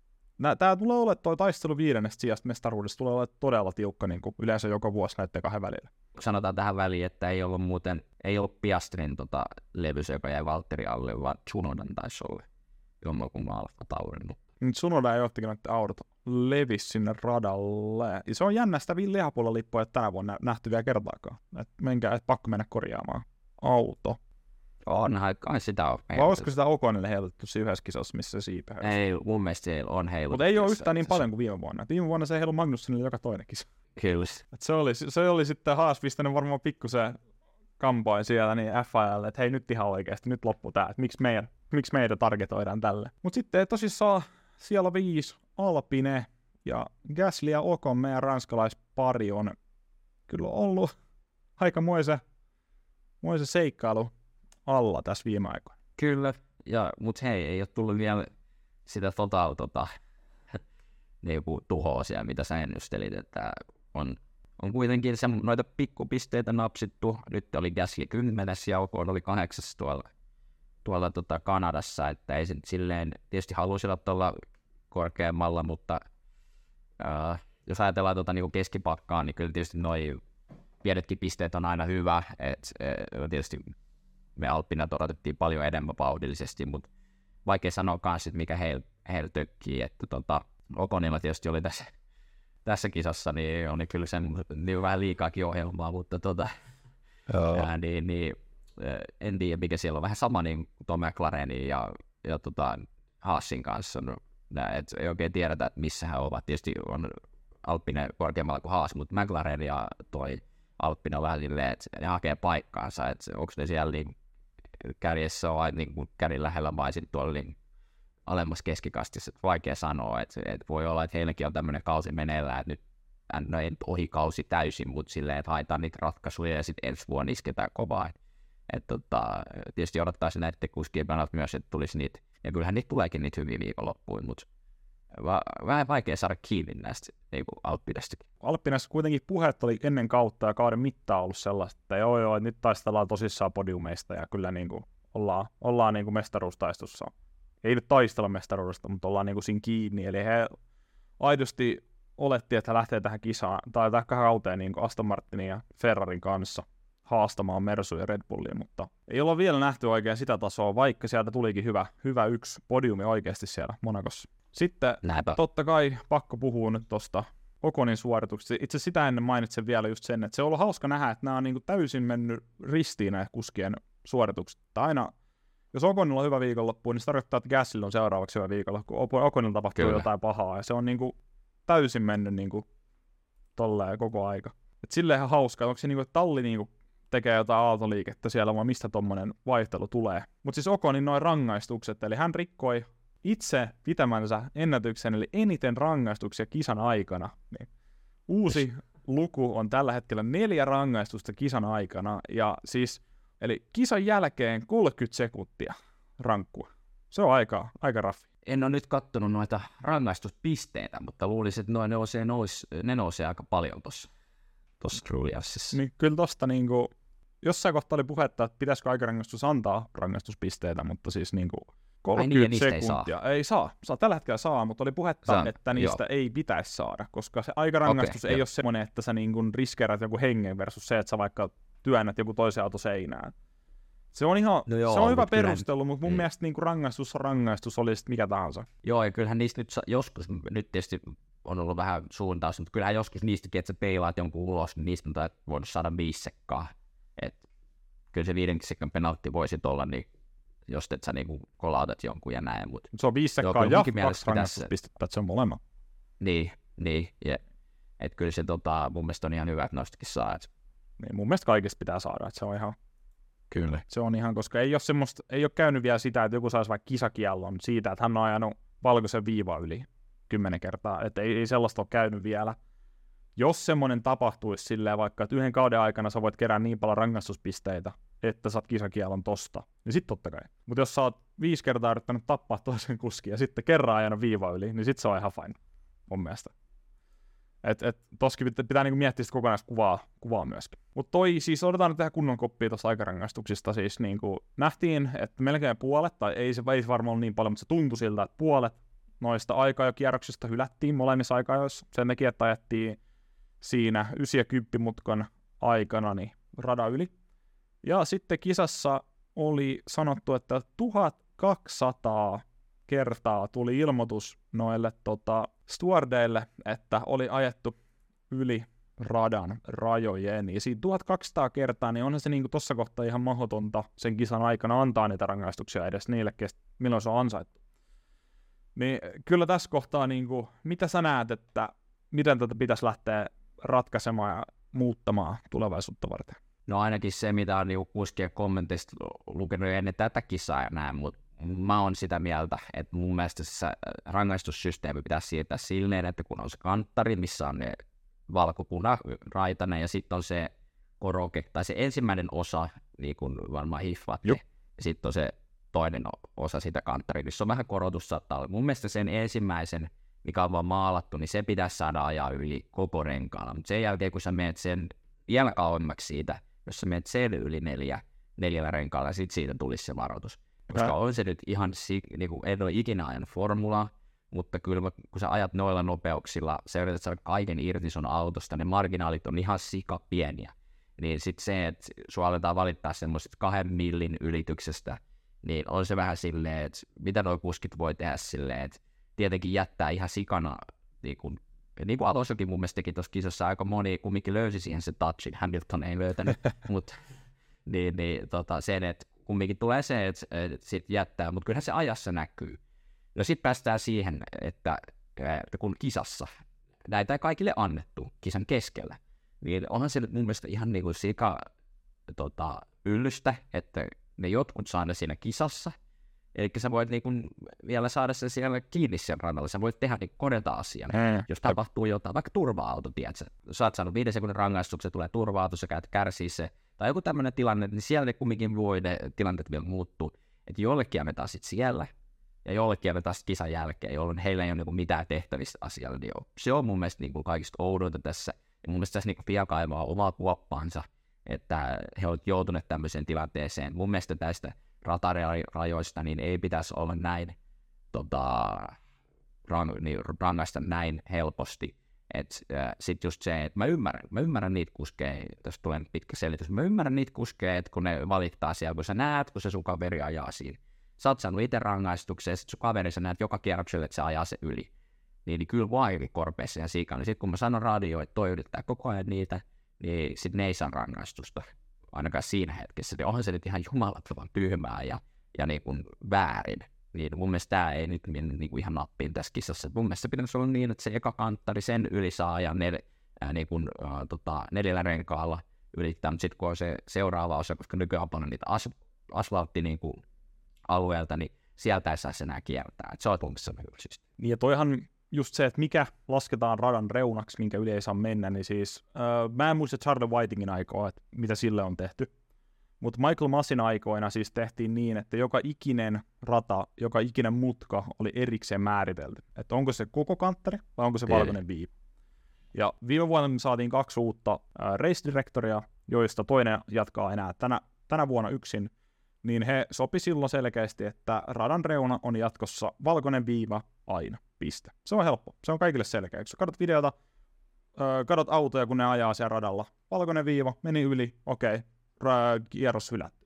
tämä tulee olemaan, toi taistelu viidennestä sijasta mestaruudesta tulee olemaan todella tiukka niin kuin yleensä joka vuosi näiden kahden välillä. Sanotaan tähän väliin, että ei ollut muuten, ei ollut Piastrin tota, levys, joka jäi Valtteri alle, vaan Tsunodan taisi olla jommankumman Alfa Taurin. Tsunoda ei ottikin näiden autot levis sinne radalle. Ja se on jännä sitä lihapuolella lippua, että tänä vuonna nähty vielä kertaakaan. Et menkää, et pakko mennä korjaamaan auto. Onhan, kai sitä on Vai olisiko sitä Okonille heilutettu siinä yhdessä kisassa, missä se siipi heilutettu? Ei, mun mielestä se on heilutettu. Mutta ei ole yhtään niin paljon kuin viime vuonna. Viime vuonna se heilu Magnussenille joka toinen kisa. Kyllä. Et se, oli, se oli sitten Haas pistänyt varmaan pikkusen kampoin siellä niin F I L, että hei nyt ihan oikeasti, nyt loppu tää, että miksi meidän, miksi meitä targetoidaan tälle. Mutta sitten tosissaan siellä viisi Alpine ja Gasly ja Ocon, meidän ranskalaispari on kyllä ollut aikamoisen moisen seikkailu alla tässä viime aikoina. Kyllä, ja, mutta hei, ei ole tullut vielä sitä total tota, niinku tuhoa siellä, mitä sä ennustelit, että on, on kuitenkin se, noita pikkupisteitä napsittu. Nyt oli Gasly kymmenes ja Ocon oli kahdeksas tuolla, tuolla tota Kanadassa, että ei se silleen, tietysti halusivat olla korkeammalla, mutta äh, jos ajatellaan tota niinku keskipakkaa, niin kyllä tietysti noi pienetkin pisteet on aina hyvä, että et, tietysti me Alppinat odotettiin paljon enemmän vauhdillisesti, mutta vaikea sanoa kanssa, että mikä heillä heil tökkii, että tota, Oconilla tietysti oli tässä, tässä kisassa, niin oli kyllä sen niin vähän liikaakin ohjelmaa, mutta tota, ää, niin, niin, en tiedä mikä siellä on, vähän sama niin tuo McLarenin ja, ja tota, Haasin kanssa, no, et ei oikein tiedetä, että missä he ovat, tietysti on Alppinen korkeammalla kuin Haas, mutta McLaren ja toi Alppinen on vähän silleen, että ne hakee paikkaansa, että onko ne siellä niin kärjessä on niin kuin kärin lähellä vai sitten tuolla niin alemmassa keskikastissa, että vaikea sanoa, että, että voi olla, että heilläkin on tämmöinen kausi meneillään, että nyt no ei ohi kausi täysin, mutta silleen, että haetaan niitä ratkaisuja ja sitten ensi vuonna isketään kovaa. Että tota, tietysti odottaisi näiden kuskien kannalta myös, että tulisi niitä, ja kyllähän niitä tuleekin niitä hyviä viikonloppuja, mutta Va- vähän vaikea saada kiinni näistä niin Alppinestakin. Alppinessa kuitenkin puheet oli ennen kautta ja kauden mittaan ollut sellaista, että joo joo, nyt taistellaan tosissaan podiumeista ja kyllä niin kuin ollaan, ollaan niin kuin mestaruustaistossa. Ei nyt taistella mestaruudesta, mutta ollaan niin kuin siinä kiinni. Eli he aidosti olettiin, että he lähtee tähän kisaan tai tähän kauteen niin kuin Aston Martinin ja Ferrarin kanssa haastamaan Mersu ja Red Bullia, mutta ei olla vielä nähty oikein sitä tasoa, vaikka sieltä tulikin hyvä, hyvä yksi podiumi oikeasti siellä Monacossa. Sitten Näinpä. Totta kai pakko puhua nyt tuosta Oconin suorituksesta. Itse sitä ennen mainitsen vielä just sen, että se on ollut hauska nähdä, että nämä on niinku täysin mennyt ristiin näitä kuskien suoritukset. Aina, jos Oconilla on hyvä viikonloppu, niin se tarkoittaa, että Gaslylla on seuraavaksi hyvä viikonloppu, kun Oconilla tapahtuu Kyllä. jotain pahaa, ja se on niinku täysin mennyt niinku tolleen koko aika. Et silleen ihan hauska, onko se niinku, että talli niinku tekee jotain aaltoliikettä siellä, vai mistä tommonen vaihtelu tulee. Mutta siis Oconin noin rangaistukset, eli hän rikkoi itse pitämänsä ennätyksen, eli eniten rangaistuksia kisan aikana. Niin uusi luku on tällä hetkellä neljä rangaistusta kisan aikana, ja siis, eli kisan jälkeen kolmekymmentä sekuntia rankkua. Se on aika, aika raffi. En ole nyt kattonut noita rangaistuspisteitä, mutta luulisin, että noin nousee, nous, ne nousee aika paljon tuossa Ruliassissa. Niin kyllä tosta niinku, jossain kohtaa oli puhetta, että pitäisikö aikarangaistus antaa rangaistuspisteitä, mutta siis niinku kolmekymmentä niin, sekuntia. Ei saa. ei saa. Saa. Tällä hetkellä saa, mutta oli puhetta, Saan. että niistä joo. ei pitäisi saada, koska se aikarangaistus okay, ei jo. ole semmoinen, että sä niin kuin riskeerät joku hengen versus se, että sä vaikka työnnät joku toisen auto seinään. Se on ihan, no joo, se on hyvä perustelu, kyllähän, mutta mun ei. mielestä niin kuin rangaistus on rangaistus, oli sitten mikä tahansa. Joo, ja kyllähän niistä nyt joskus, nyt tietysti on ollut vähän suuntaus, mutta kyllähän joskus niistäkin, että sä peilaat jonkun ulos, niin niistä on voinut saada viisi sekkaa. Et kyllä se viidenkin sekkan penaltti voisi olla, niin jos et sä niinku kolautat jonkun ja näin. Mut se on viisi sekkaa ja kaksi rangaistuspistettä, että se on molemmat. Niin, niin. Ja, et kyllä se tota, mun mielestä on ihan hyvä, että noistakin saa. Et. Niin, mun mielestä kaikista pitää saada, että se on ihan... Kyllä. Se on ihan, koska ei ole, semmoista, ei ole käynyt vielä sitä, että joku saisi vaikka kisakiellon siitä, että hän on ajanut valkoisen viivan yli kymmenen kertaa. Että ei, ei sellaista ole käynyt vielä. Jos semmoinen tapahtuisi silleen vaikka, että yhden kauden aikana sä voit kerää niin paljon rangaistuspisteitä, että saat kisakielon tosta, niin sit totta kai. Mutta jos sä oot viisi kertaa yrittänyt tappaa toisen kuskin ja sitten kerran ajanut viiva yli, niin sit se on ihan fine, mun mielestä. Et, et toskin pitää, pitää niinku miettiä sitä kokonaiskuvaa kuvaa myöskin. Mutta toi siis, odotetaan nyt tehdä kunnon koppia tuosta aikarangaistuksista, siis niinku nähtiin, että melkein puolet, tai ei se, ei se varmaan ole niin paljon, mutta se tuntui siltä, että puolet noista aikajokierroksista hylättiin molemmissa aikajoissa. Sen takia, että ajettiin siinä ysi- ja kymppi-mutkan aikana niin radan yli. Ja sitten kisassa oli sanottu, että tuhatkaksisataa kertaa tuli ilmoitus noille tota, stewardeille, että oli ajettu yli radan rajojen. Ja siinä tuhatkaksisataa kertaa, niin onhan se niinku tossa kohtaa ihan mahdotonta sen kisan aikana antaa niitä rangaistuksia edes niille, milloin se on ansaittu. Niin kyllä tässä kohtaa, niinku, mitä sä näet, että miten tätä pitäisi lähteä ratkaisemaan ja muuttamaan tulevaisuutta varten? No ainakin se, mitä on niinku kuskien kommenteista lukenut ennen tätä kisaa ja näin, mutta mä oon sitä mieltä, että mun mielestä se rangaistussysteemi pitäisi siirtää silleen, että kun on se kanttari, missä on ne valkopuna raitainen ja sitten on se koroke, tai se ensimmäinen osa, niin kuin varmaan hiffaatte, ja sitten on se toinen osa sitä kanttaria, missä on vähän korotus saattaa olla. Mun mielestä sen ensimmäisen, mikä on vaan maalattu, niin se pitäisi saada ajaa yli koko renkaalla, mutta sen jälkeen, kun sä menet sen vielä kauemmaksi siitä, jos sä menet sen yli neljä, neljällä renkaalla, ja sitten siitä tulisi se varoitus. Koska on se nyt ihan, niin kuin, en ole ikinä ajanut formulaa, mutta kyllä kun sä ajat noilla nopeuksilla, sä yrität saada kaiken irti sun autosta, ne marginaalit on ihan sika pieniä. Niin sitten se, että sua aletaan valittaa semmoisesta kahden millin ylityksestä, niin on se vähän silleen, että mitä nuo kuskit voi tehdä silleen, että tietenkin jättää ihan sikana, niin kuin, niin kuin Alonsokin mun mielestä teki tuossa kisassa, aika moni kumminkin löysi siihen se touchin, Hamilton ei löytänyt, mutta niin, niin, tota, sen, että kumminkin tulee se, että, että sit jättää, mutta kyllähän se ajassa näkyy. No sitten päästään siihen, että, että kun kisassa näitä ei kaikille annettu kisan keskellä, niin onhan se nyt mun mielestä ihan niin kuin sika tota, yllystä, että ne jotkut saa ne siinä kisassa, eli sä voit niin kuin vielä saada sen siellä kiinni sen rannalla, sä voit tehdä niin korjata asian, mm. jos tapahtuu jotain, vaikka turva-auto, tiedätkö, sä oot saanut viiden sekunnin rangaistuksen, tulee turva-auto, sä käyt kärsii se, tai joku tämmöinen tilanne, niin siellä ne kumminkin voi ne tilanteet vielä muuttua, että jollekin annetaan sitten siellä, ja jollekin annetaan sitten kisan jälkeen, jolloin heillä ei ole niinku mitään tehtävistä asialla, niin se on mun mielestä niinku kaikista oudointa tässä, ja mun mielestä tässä niinku F I A kaivaa omaa kuoppaansa, että he ovat joutuneet tämmöiseen tilanteeseen. Mun mielestä tästä ratarajoista niin ei pitäisi olla näin, tota, rang, niin, rangaista näin helposti. Äh, Sitten just se, että mä ymmärrän, mä ymmärrän niitä kuskeja, tässä tulee pitkä selitys, mä ymmärrän niitä kuskeja, että kun ne valittaa siellä, kun sä näet, kun se sun kaveri ajaa siinä. Sä oot saanut itse rangaistuksen, ja sit sun kaveri sä näet joka kierroksella, että se ajaa se yli. Niin, niin kyllä vairi korpeissa ja siikalla. Niin sitten kun mä sanon radioon, että toi yrittää koko ajan niitä, niin sitten ne ei saa rangaistusta, ainakaan siinä hetkessä. Niin onhan se nyt ihan jumalattoman tyhmää ja, ja niin kuin väärin. Niin mun mielestä tämä ei nyt mene niin kuin ihan nappiin tässä kisassa. Mun mielestä se pitäisi olla niin, että se eka kanttari sen yli saa ja nel, ää, niin kuin, ää, tota, neljällä renkaalla ylittää, mutta sitten kun on se seuraava osa, koska nykyään on niitä as, asfaltti niin kuin alueelta, niin sieltä ei saisi enää kiertää. Et se on mun mielestä hyvä systeemi. Niin ja toihan just se, että mikä lasketaan radan reunaksi, minkä yli ei saa mennä, niin siis öö, mä en muista Charlie Whitingin aikoa, että mitä sille on tehty. Mutta Michael Massin aikoina siis tehtiin niin, että joka ikinen rata, joka ikinen mutka oli erikseen määritelty. Että onko se koko kanttari vai onko se valkoinen viiva. Ja viime vuonna me saatiin kaksi uutta äh, race directoria, joista toinen jatkaa enää tänä, tänä vuonna yksin. Niin he sopi silloin selkeästi, että radan reuna on jatkossa valkoinen viiva aina. Piste. Se on helppo. Se on kaikille selkeä. Kun sä katsot videota, äh, katsot autoja, kun ne ajaa siellä radalla. Valkoinen viiva, meni yli, okei. Okay. Kierros hylätty.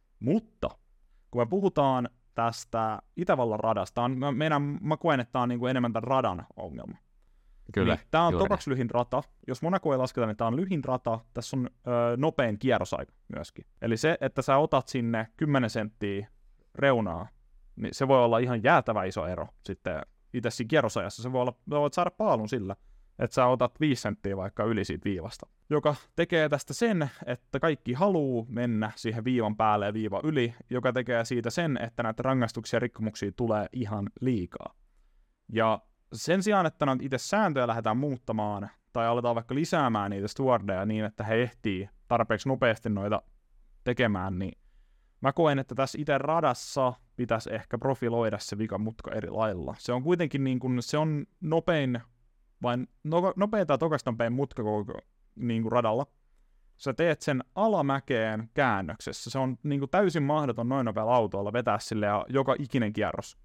Mutta kun me puhutaan tästä Itävallan radasta, on, meidän, mä koen, että tämä on niin kuin enemmän tämän radan ongelma. Kyllä. Niin, tämä on tokaksi lyhin rata. Jos Monaco ei lasketa, niin tämä on lyhin rata. Tässä on ö, nopein kierrosaika myöskin. Eli se, että sä otat sinne kymmenen senttiä reunaa, niin se voi olla ihan jäätävä iso ero sitten itse siinä kierrosajassa. Se voi olla, voit saada paalun sillä, että sä otat viisi senttiä vaikka yli siitä viivasta, joka tekee tästä sen, että kaikki haluu mennä siihen viivan päälle ja viiva yli, joka tekee siitä sen, että näitä rangaistuksia ja rikkomuksia tulee ihan liikaa. Ja sen sijaan, että näitä itse sääntöjä lähdetään muuttamaan, tai aletaan vaikka lisäämään niitä stewardeja niin, että he ehtii tarpeeksi nopeasti noita tekemään, niin mä koen, että tässä itse radassa pitäisi ehkä profiloida se vikamutka eri lailla. Se on kuitenkin niin kuin, se on nopein vain no, nopein tai tokaisi nopein mutka koko niin kuin radalla. Sä teet sen alamäkeen käännöksessä. Se on niin kuin täysin mahdoton noin nopealla autolla vetää sille ja joka ikinen kierros.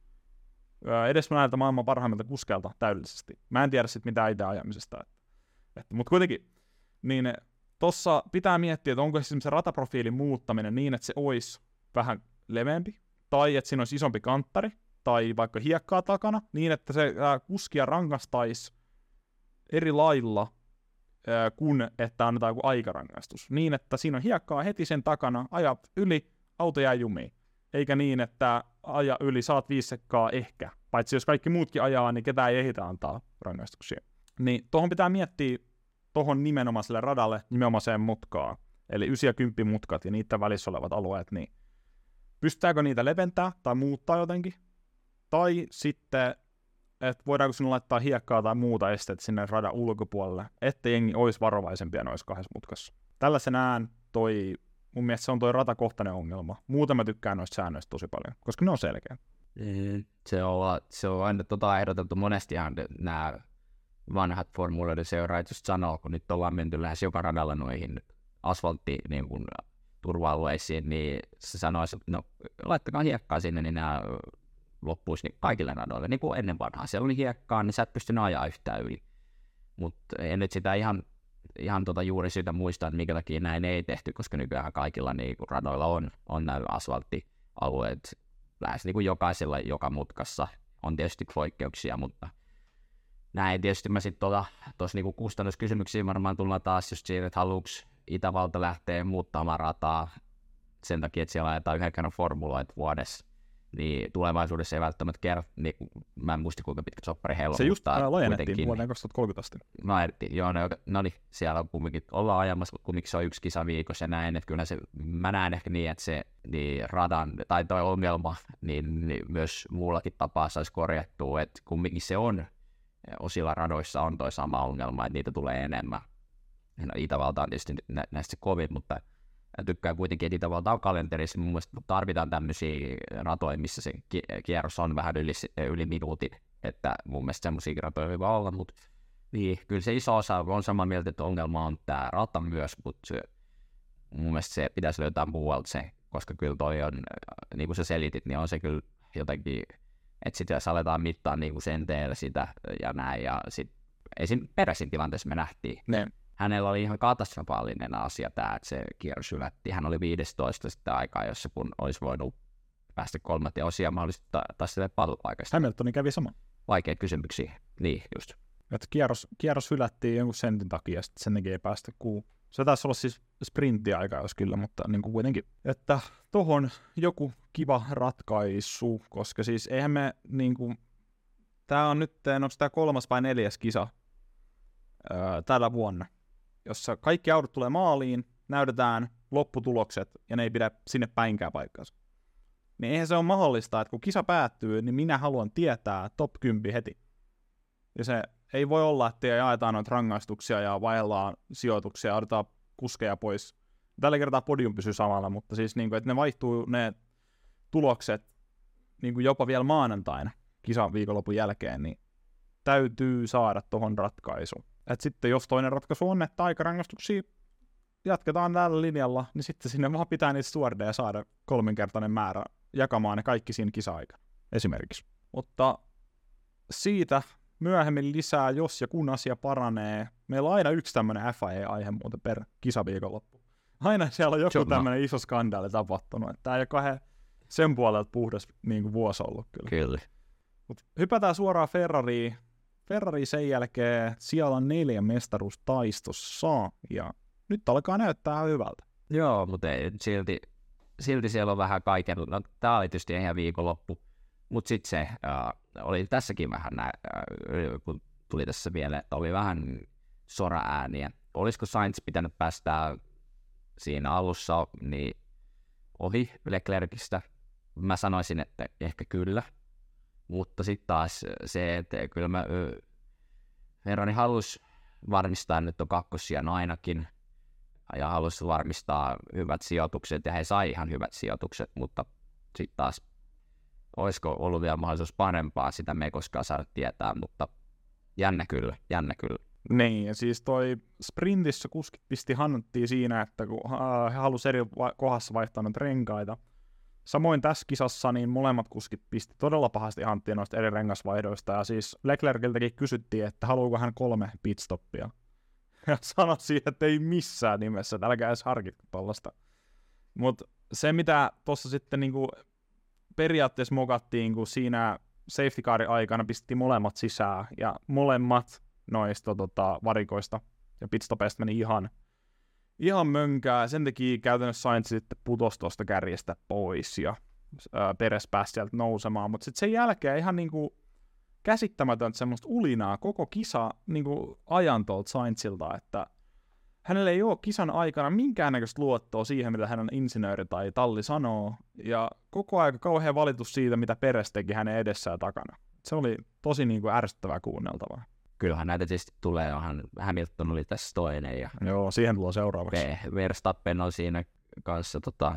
Öö, edes mä näiltä maailman parhaimmilta kuskeilta täydellisesti. Mä en tiedä sit mitään itse ajamisesta. Että, että, mutta kuitenkin, niin tossa pitää miettiä, että onko esimerkiksi se rataprofiilin muuttaminen niin, että se olisi vähän leveämpi, tai että siinä olisi isompi kanttari, tai vaikka hiekkaa takana, niin että se ää, kuskia rangastaisi eri lailla kun että annetaan joku aikarangaistus. Niin, että siinä on hiekkaa heti sen takana, aja yli, auto jää jumiin. Eikä niin, että aja yli, saat viisi sekkaa ehkä. Paitsi jos kaikki muutkin ajaa, niin ketään ei ehditä antaa rangaistuksia. Niin tuohon pitää miettiä tuohon nimenomaiselle radalle, nimenomaiseen mutkaan. Eli ysi- ja kymppi mutkat ja niiden välissä olevat alueet, niin pystytäänkö niitä leventää tai muuttaa jotenkin? Tai sitten, että voidaanko sinne laittaa hiekkaa tai muuta esteet sinne radan ulkopuolelle, että jengi olisi varovaisempia noissa kahdessa mutkassa. Tällaisen ään toi, mun mielestä se on toi ratakohtainen ongelma. Muuten mä tykkään noista säännöistä tosi paljon, koska ne on selkeä. Se on, se on aina tota ehdotettu monestihan nämä vanhat formuloiden seuraajat just sanoo, kun nyt ollaan menty lähes joka radalla noihin asfaltti niin kun, turva-alueisiin, niin se sanoisi, että no laittakaa hiekkaa sinne, niin nämä loppuisi niin kaikille radoille, niin kuin ennen vanhaa. Siellä oli hiekkaa, niin sä et pystynyt ajaa yhtään yli. Mutta en nyt sitä ihan, ihan tota juuri syytä muistaa, että minkä takia näin ei tehty, koska nykyään kaikilla niin kun radoilla on, on nämä asfalttialueet lähes niin kuin jokaisella joka mutkassa. On tietysti poikkeuksia, mutta näin tietysti mä sitten tuossa tota, niinku kustannuskysymyksiin varmaan tullaan taas just siihen, että haluuks Itävalta lähtee muuttamaan rataa sen takia, että siellä ajetaan yhden kerran formuloita vuodessa, niin tulevaisuudessa ei välttämättä kerran, niin mä en muista kuinka pitkä soppari heillä on. Se just ää, laajennettiin vuoteen kaksituhattakolmekymmentä asti. Laajennettiin, joo, no, no niin, siellä on kumminkin, ollaan ajamassa, kumminkin se on yksi kisa viikossa ja näin, että kyllä se, mä näen ehkä niin, että se niin radan, tai toi ongelma, niin, niin myös muullakin tapaa saisi korjattua, että kumminkin se on, osilla radoissa on toi sama ongelma, että niitä tulee enemmän. No, Itävalta on tietysti nä- näistä se kovin, mutta tykkään kuitenkin, että Itävalta on kalenterissa. Mun mielestä tarvitaan tämmöisiä ratoja, missä se kierros on vähän yli, yli minuutin. Että mun mielestä semmoisia ratoja hyvä olla, mutta niin, kyllä se iso osa on samaa mieltä, että ongelma on tämä rata myös, mutta se, mun mielestä se pitäisi löytää muualta se, koska kyllä toi on, niin kuin sä selitit, niin on se kyllä jotenkin, että sitten jos aletaan mittaa niin kuin senteellä sitä ja näin, ja sitten esim. Peresin tilanteessa me nähtiin. Ne. Hänellä oli ihan katastrofaalinen asia tämä, että se kierros ylätti. Hän oli viisitoista sitten aikaa, jossa kun olisi voinut päästä kolmatta osia mahdollisesti taas sille pallonpaikasta. Hamiltoni kävi sama. Vaikeita kysymyksiä, niin just. Että kierros, kierros hylättiin jonkun sentin takia, ja sitten sen takia ei päästä kuu. Se taisi olla siis sprinttiaika, jos kyllä, mutta niin kuin kuitenkin. Että tohon joku kiva ratkaisu, koska siis eihän me niin kuin, tää on nyt, onko tää kolmas vai neljäs kisa öö, tällä vuonna, jossa kaikki autot tulee maaliin, näytetään lopputulokset, ja ne ei pidä sinne päinkään paikkaansa. Niin eihän se ole mahdollista, että kun kisa päättyy, niin minä haluan tietää top kymmenen heti. Ja se ei voi olla, että jaetaan noita rangaistuksia ja vaellaan sijoituksia ja otetaan kuskeja pois. Tällä kertaa podium pysyy samalla, mutta siis niin kuin, että ne vaihtuu ne tulokset niin kuin jopa vielä maanantaina kisan viikonlopun jälkeen, niin täytyy saada tuohon ratkaisu. Et sitten jos toinen ratkaisu on, että aikarangaistuksia jatketaan tällä linjalla, niin sitten sinne vaan pitää niitä stuardeja saada kolminkertainen määrä jakamaan ne kaikki siinä kisa-aikana, esimerkiksi. Mutta siitä myöhemmin lisää, jos ja kun asia paranee. Meillä on aina yksi tämmöinen F I A-aihe muuten per kisaviikonloppu. Aina siellä on joku tämmöinen iso skandaali tapahtunut. Tämä ei ole kahden sen puolelta puhdas niin kuin vuosi ollut kyllä. Kyllä. Mut hypätään suoraan Ferrariin. Ferrari sen jälkeen siellä on neljä mestaruustaistossa ja nyt alkaa näyttää hyvältä. Joo, mutta ei, silti, silti siellä on vähän kaiken. No, tämä oli tietysti ihan viikonloppu, mutta sitten se äh, oli tässäkin vähän, nää, äh, kun tuli tässä vielä, että oli vähän sora-ääniä. Olisiko Sainz pitänyt päästää siinä alussa niin ohi Leclercistä? Mä sanoisin, että ehkä kyllä. Mutta sitten taas se, että kyllä mä Ferrari halusi varmistaa nyt on kakkossijan ainakin ja halusi varmistaa hyvät sijoitukset ja he sai ihan hyvät sijoitukset, mutta sitten taas olisiko ollut vielä mahdollisuus parempaa, sitä me ei koskaan saada tietää, mutta jännä kyllä, jännä kyllä. Niin, ja siis toi sprintissä kuskit pisti hannuttiin siinä, että kun he halusi eri kohdassa vaihtaa noita renkaita. Samoin tässä kisassa niin molemmat kuskit pisti todella pahasti hanttiin noista eri rengasvaihdoista, ja siis Leclerciltäkin kysyttiin, että haluuko hän kolme pitstoppia. Ja sanoi siihen, että ei missään nimessä, että älkää edes harkitko tollaista. Mutta se, mitä tuossa sitten niinku periaatteessa mokattiin, kun siinä safety carin aikana pisti molemmat sisään, ja molemmat noista tota, varikoista ja pitstopeista meni ihan, ihan mönkää. Sen takia käytännössä Sainz sitten putosi tuosta kärjestä pois ja ää, Perez pääsi sieltä nousemaan, mutta sitten sen jälkeen ihan niinku käsittämätöntä semmoista ulinaa koko kisa niinku ajan tuolta Sainzilta, että hänellä ei ole kisan aikana minkäännäköistä luottoa siihen, mitä hänen insinööri tai talli sanoo, ja koko ajan kauhean valitus siitä, mitä Perez teki hänen edessään takana. Se oli tosi niinku ärsyttävää kuunneltavaa. Kyllähän näitä tietysti tulee, johon Hamilton oli tässä toinen. Ja joo, siihen tulee seuraavaksi. Verstappen on siinä kanssa, tota,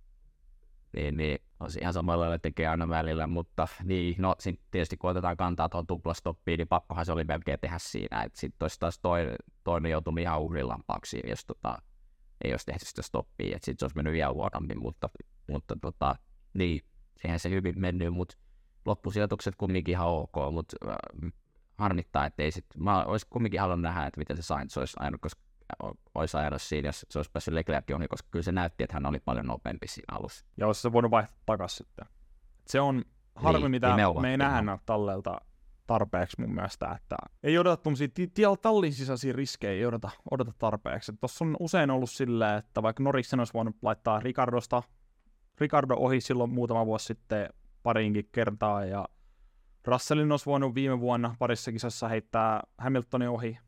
niin, niin on ihan samalla lailla tekee aina välillä, mutta niin, no tietysti kun otetaan kantaa tuohon tuplastoppiin, niin pakkohan se oli melkein tehdä siinä, että sitten olisi taas toinen, toinen joutunut ihan uhrilampauksiin, jos tota, ei olisi tehty sitä stoppia, että sitten se olisi mennyt vielä huonompi, mutta, mutta tota, niin, eihän se hyvin mennyt, mutta loppusijoitukset kumminkin ihan ok, mutta äh, harmittaa, että ei sit, mä olisin kumminkin halunnut nähdä, että miten se Sainz olisi ajanut, koska olisi ajanut siinä, jos se olisi päässyt Leclercin ohi, koska kyllä se näytti, että hän oli paljon nopeampi siinä alussa. Ja olisi se voinut vaihtaa takaisin sitten. Se on harmi, niin, mitä niin me ei nähdä tallelta tarpeeksi mun mielestä, että ei odota tuommoisia t- t- tallin sisäisiä riskejä, ei odota, odota tarpeeksi. Tuossa on usein ollut silleen, että vaikka Norriksen olisi voinut laittaa Ricardosta, Ricardo ohi silloin muutama vuosi sitten pariinkin kertaa, ja Russellin olisi voinut viime vuonna parissa kisassa heittää Hamiltonin ohi.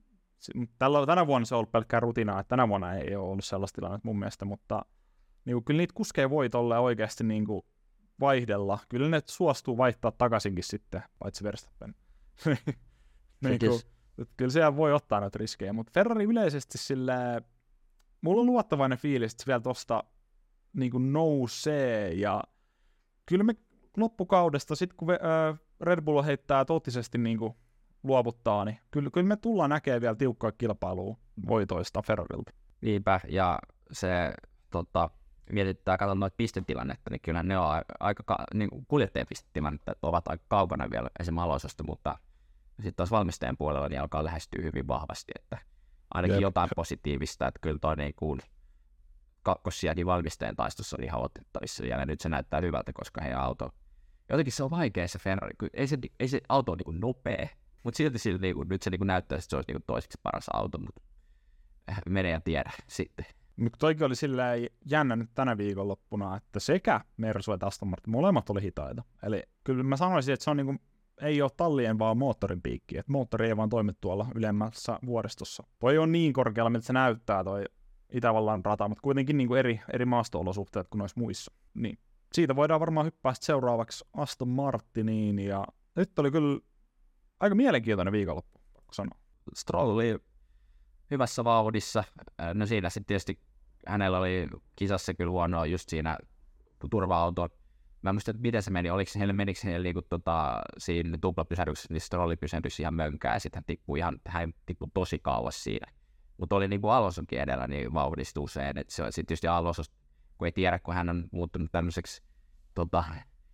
Tällä, tänä vuonna se on ollut pelkkää rutinaa, että tänä vuonna ei ole ollut sellaista tilannetta mun mielestä, mutta niin kuin, kyllä niitä kuskeja voi tolleen oikeasti niin kuin vaihdella. Kyllä ne suostuu vaihtaa takaisinkin sitten, paitsi Verstappen. niin kuin, kyllä siellä voi ottaa noita riskejä, mutta Ferrari yleisesti sillä, mulla on luottavainen fiilis, että se vielä tosta niin kuin nousee, ja kyllä me loppukaudesta, sit kun äh, Red Bull heittää totisesti niin kuin luovuttaa, niin kyllä, kyllä me tullaan näkemään vielä tiukkaa kilpailua voitoista Ferrarilta. Niinpä, ja se tota, mietitään, katsotaan noita pistetilannetta, niin kyllähän ne on aika, ka- niin kuljettajien pistetilannetta, että ovat aika kaukana vielä esimerkiksi Alonsosta, mutta sitten taas valmistajan puolella niin alkaa lähestyä hyvin vahvasti, että ainakin Jep. jotain positiivista, että kyllä toi niin kuin kakkossiakin valmistajan taistossa oli ihan otettavissa, ja nyt se näyttää hyvältä, koska heidän auto, jotenkin se on vaikea se Ferrari, ei se, ei se auto ole niin nopea, mutta silti, silti niin kuin, nyt se niin kuin näyttää, että se olisi niin kuin toiseksi paras auto, mutta menee ja tiedä sitten. Mutta toikin oli silleen jännä nyt tänä viikonloppuna, että sekä Mersu että Aston Martin, molemmat oli hitaita. Eli kyllä mä sanoisin, että se on niinku, ei ole tallien vaan moottorin piikki, että moottori ei vaan toimi tuolla ylemmässä vuoristossa. Toi on niin korkealla, miltä se näyttää toi Itävallan rata, mutta kuitenkin niinku eri, eri maasto-olosuhteet kuin noissa muissa. Niin siitä voidaan varmaan hyppää seuraavaksi Aston Martiniin, ja nyt oli kyllä aika mielenkiintoinen viikonloppu, pakko sanoa. Stroll oli hyvässä vauhdissa. No siinä sitten tietysti hänellä oli kisassa kyllä huonoa just siinä turva-auton. Mä en muista, että miten se meni. Oliko se heille, menikö se heille niinku, tota, siinä tuplapysähdyksessä, niin Strolli pysähdys ihan mönkään, ja sitten hän tippui ihan, hän tippui tosi kauas siinä. Mutta oli niinku Alonsonkin edellä, niin vauhdistui usein. Et se on sitten tietysti Alonso, kun ei tiedä, kun hän on muuttunut tämmöiseksi tota,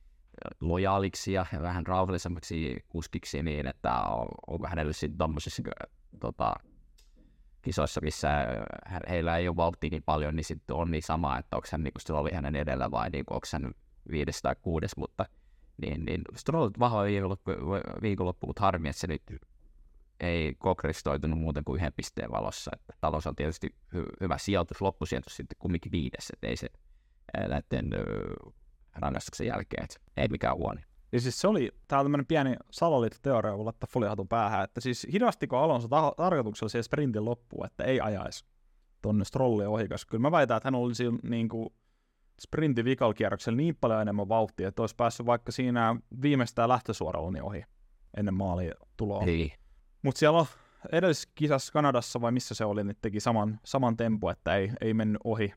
lojaaliksi ja vähän rauhallisemmaksi kuskiksi, niin että on, onko hänellä sitten tommosissa tota, kisoissa, missä heillä ei ole vauhtia niin paljon, niin sitten on niin sama, että onko hän, niin kuin Stroll oli hänen edellä vai niin kuin, onko hän viides tai kuudes, mutta niin, niin Stroll on vahva viikonloppu, viikonloppu, mutta harmi, että se nyt ei konkretisoitunut muuten kuin yhden pisteen valossa. Että talous on tietysti hy- hyvä sijoitus, loppusijoitus sitten kumminkin viides, että ei se näiden rangaistuksen jälkeen, että ei mikään huono. Ja siis se oli, tää on tämmönen pieni salaliittoteoria, kun laittaa folihatun päähän, että siis hidastiko Alonso ta- tarkoituksella siihen sprintin loppuun, että ei ajaisi tonne Strollia ohi, koska kyllä mä väitän, että hän olisi niinku sprintin vikalkierroksella niin paljon enemmän vauhtia, että olisi päässyt vaikka siinä viimeistään lähtösuoralla niin ohi ennen maaliin tuloa. Mutta siellä on edellisessä kisassa Kanadassa, vai missä se oli, niin teki saman, saman tempo, että ei, ei mennyt ohi.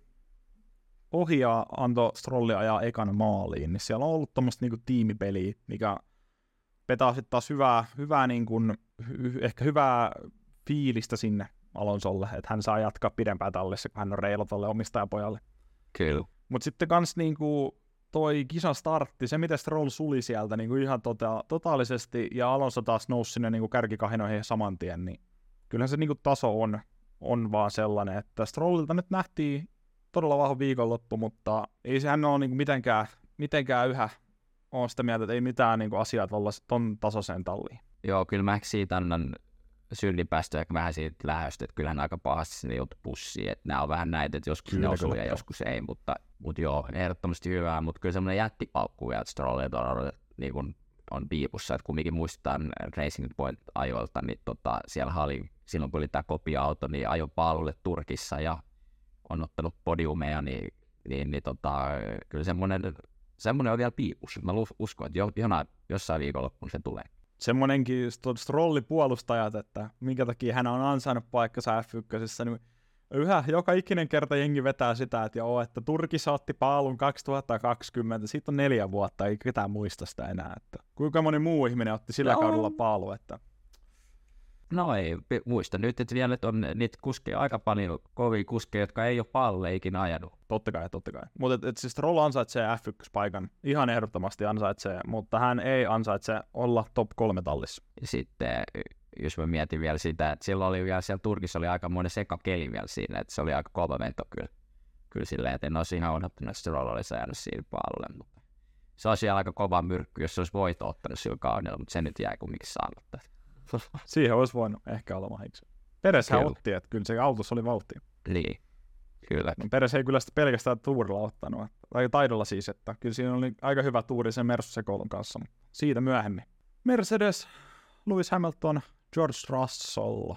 ohi ja antoi Strolli ajaa ekan maaliin, niin siellä on ollut tommoista niinku tiimipeliä, mikä petaa sitten taas hyvää, hyvää niinku, hy, ehkä hyvää fiilistä sinne Alonsolle, että hän saa jatkaa pidempään tallissa, kun hän on reilu tolle omistajapojalle. Kyllä. Mutta sitten kans niinku toi kisan startti, se miten Stroll suli sieltä niinku ihan tota, totaalisesti, ja Alonso taas nousi sinne niinku kärkikahinoihin saman tien, niin kyllähän se niinku taso on, on vaan sellainen, että Strollilta nyt nähtiin todella vahva viikonloppu, mutta ei sehän ole niinku mitenkään, mitenkään yhä on sitä mieltä, että ei mitään niinku asiat olla ton tasoiseen talliin. Joo, kyllä mä siitä annan synninpäästöjä ehkä vähän siitä lähöstä, että kyllähän aika pahasti sinne joutui pussiin, että nämä on vähän näitä, että joskus Kyllä, ne osuu kyllä, ja joo. joskus ei, mutta, mutta joo, ehdottomasti hyvää, mutta kyllä semmoinen jättipaukku vielä, että Stroll todella niin kuin on piipussa, että kumminkin muistetaan Racing Point-ajoilta, niin tota, siellä oli, silloin kun oli tämä kopiauto, niin ajo paalulle Turkissa ja on ottanut podiumeja, niin, niin, niin tota, kyllä semmoinen, semmoinen on vielä piipussa. Mä uskon, että jo, jonain, jossain viikonloppuun se tulee. Semmoinenkin Strolli-puolustajat, että minkä takia hän on ansainnut paikkansa F yksi, niin yhä joka ikinen kerta jengi vetää sitä, että joo, että Turkissa otti paalun kaksituhattakaksikymmentä, siitä on neljä vuotta, ei ketään muista sitä enää. Että kuinka moni muu ihminen otti sillä no. kaudella paalu, että... No ei, muista nyt, että vielä on niitä kuskeja aika paljon, kovia kuskeja, jotka ei ole paalulle ikinä ajanut. Totta kai, totta kai. Mutta et, et siis Stroll ansaitsee F yksi-paikan, ihan ehdottomasti ansaitsee, mutta hän ei ansaitse olla top kolme tallissa. Ja sitten, jos mä mietin vielä sitä, että silloin oli vielä siellä Turkissa oli aika monen sekakeli vielä siinä, että se oli aika kova vento kyllä, kyllä silleen, että en olisi ihan odottanut, että Stroll olisi ajanut siinä paalulle, mutta se olisi aika kova myrkky, jos se olisi voito ottanut sillä kaudella, mutta se nyt jäi kumminkin saamatta. Siihen olisi voinut ehkä olla mahiksi. Peres hän otti, että kyllä se autossa oli vauhtia. Niin, kyllä. No, Peres ei kyllä sitä pelkästään tuurilla ottanut, tai taidolla siis, että kyllä siinä oli aika hyvä tuuri sen Mersu-sekoilun kanssa, mutta siitä myöhemmin. Mercedes, Lewis Hamilton, George Russell.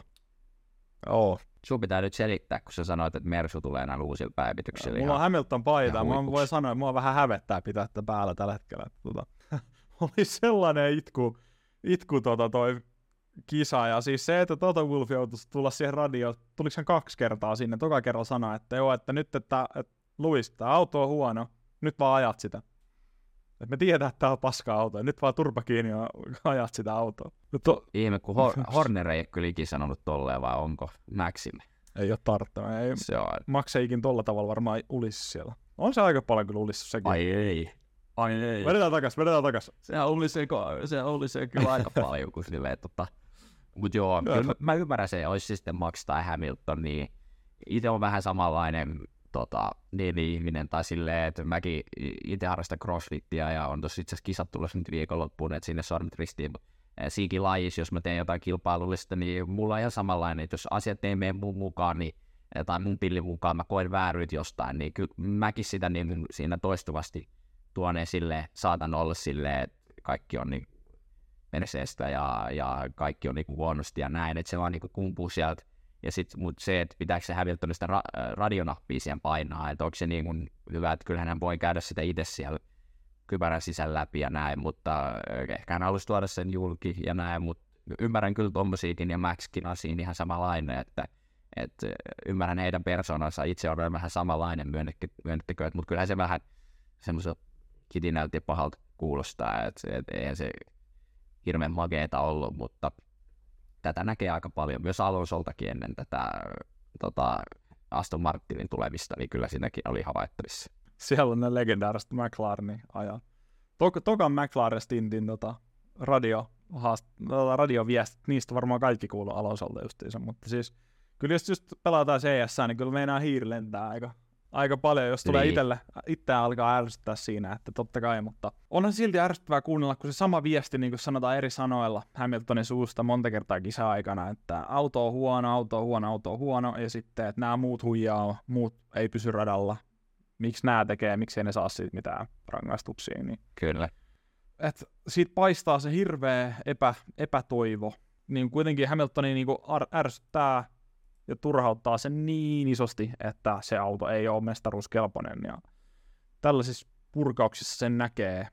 Oh. Sun pitää nyt selittää, kun sä sanoit, että Mersu tulee näillä uusilla päivityksillä. Mulla on Hamilton paita, mä voin sanoa, että mua vähän hävettää pitää tätä päällä tällä hetkellä. Tuota, oli sellainen itku, itku tota toi kisa, ja siis se, että Toto Wolff joutui tulla siihen radioon, tuliko hän kaksi kertaa sinne, toka kerralla sanoi, että joo, että nyt, että, että Lewis, tämä auto on huono, nyt vaan ajat sitä. Että me tiedetään, että tämä on paska auto, ja nyt vaan turpa kiinni ja ajat sitä autoa. To... Ihme, kun Hor- Horner ei kyllä ikinä sanonut tolleen, vai onko Maxime? Ei ole tarttunut, ei. Se on. Max ei ikin tolla tavalla varmaan ulisi siellä. On se aika paljon kyllä ulissut sekin. Ai ei. Ai ei. Vedetään takas, vedetään takas. Se oli se, se, oli se kyllä aika paljon, kun silleen, tota... Mut joo, kyllä mä, mä ymmärrän se, olisi sitten Max tai Hamilton, niin itse on vähän samanlainen tota, niin ihminen, tai silleen, että mäkin itse harrastan crossfittiä, ja on tossa itse asiassa kisat tulossa nyt viikonloppuun, että sinne sormet ristiin. Siinkin lajissa, jos mä teen jotain kilpailullista, niin mulla on ihan samanlainen, että jos asiat ei mene mun mukaan, niin, tai mun pillin mukaan, mä koen vääryyt jostain, niin kyllä mäkin sitä niin, siinä toistuvasti tuon esille, saatan olla silleen, että kaikki on niin perseestä ja, ja kaikki on niin huonosti ja näin, että se vaan niin kumpuu sieltä. Ja sitten se, että pitääkö se Hamiltonista ra- radionappia siihen painaa, että onko se niin kuin hyvä, että kyllähän hän voi käydä sitä itse siellä kypärän sisällä läpi ja näin, mutta ehkä hän haluaisi tuoda sen julki ja näin, mutta ymmärrän kyllä tommosiakin ja Maxkin on siinä ihan samanlainen, että, että ymmärrän heidän persoonansa, itse olen vähän samanlainen, myönnettäkö, mutta kyllähän se vähän semmoiselta kitinältä ja pahalta kuulostaa, että, että eihän se hirveän makeeta ollut, mutta tätä näkee aika paljon, myös Alonsoltakin ennen tätä tota, Aston Martinin tulemista, niin kyllä siinäkin oli havaittavissa. Siellä on ne legendaariset McLarenin ajat. Tok- tokan McLaren-stintin tota, radio, haast- tota, radioviestit, niistä varmaan kaikki kuuluu Alonsolta justiinsa, mutta siis kyllä jos just pelataan C S, niin kyllä meinaa hiiri lentää aika, aika paljon, jos tulee niin. Itelle, itseään alkaa ärsyttää siinä, että totta kai, mutta onhan silti ärsyttävää kuunnella, kun se sama viesti, niin kuin sanotaan eri sanoilla Hamiltonin suusta monta kertaa kisa-aikana, että auto on huono, auto on huono, auto on huono, ja sitten, että nämä muut huijaa, muut ei pysy radalla. Miksi nämä tekee, miksi ei ne saa siitä mitään rangaistuksia. Niin. Kyllä. Et siitä paistaa se hirveä epä, epätoivo. Niin kuitenkin Hamiltoni niin ar- ärsyttää ja turhauttaa sen niin isosti, että se auto ei ole mestaruuskelpoinen. Ja tällaisissa purkauksissa sen näkee.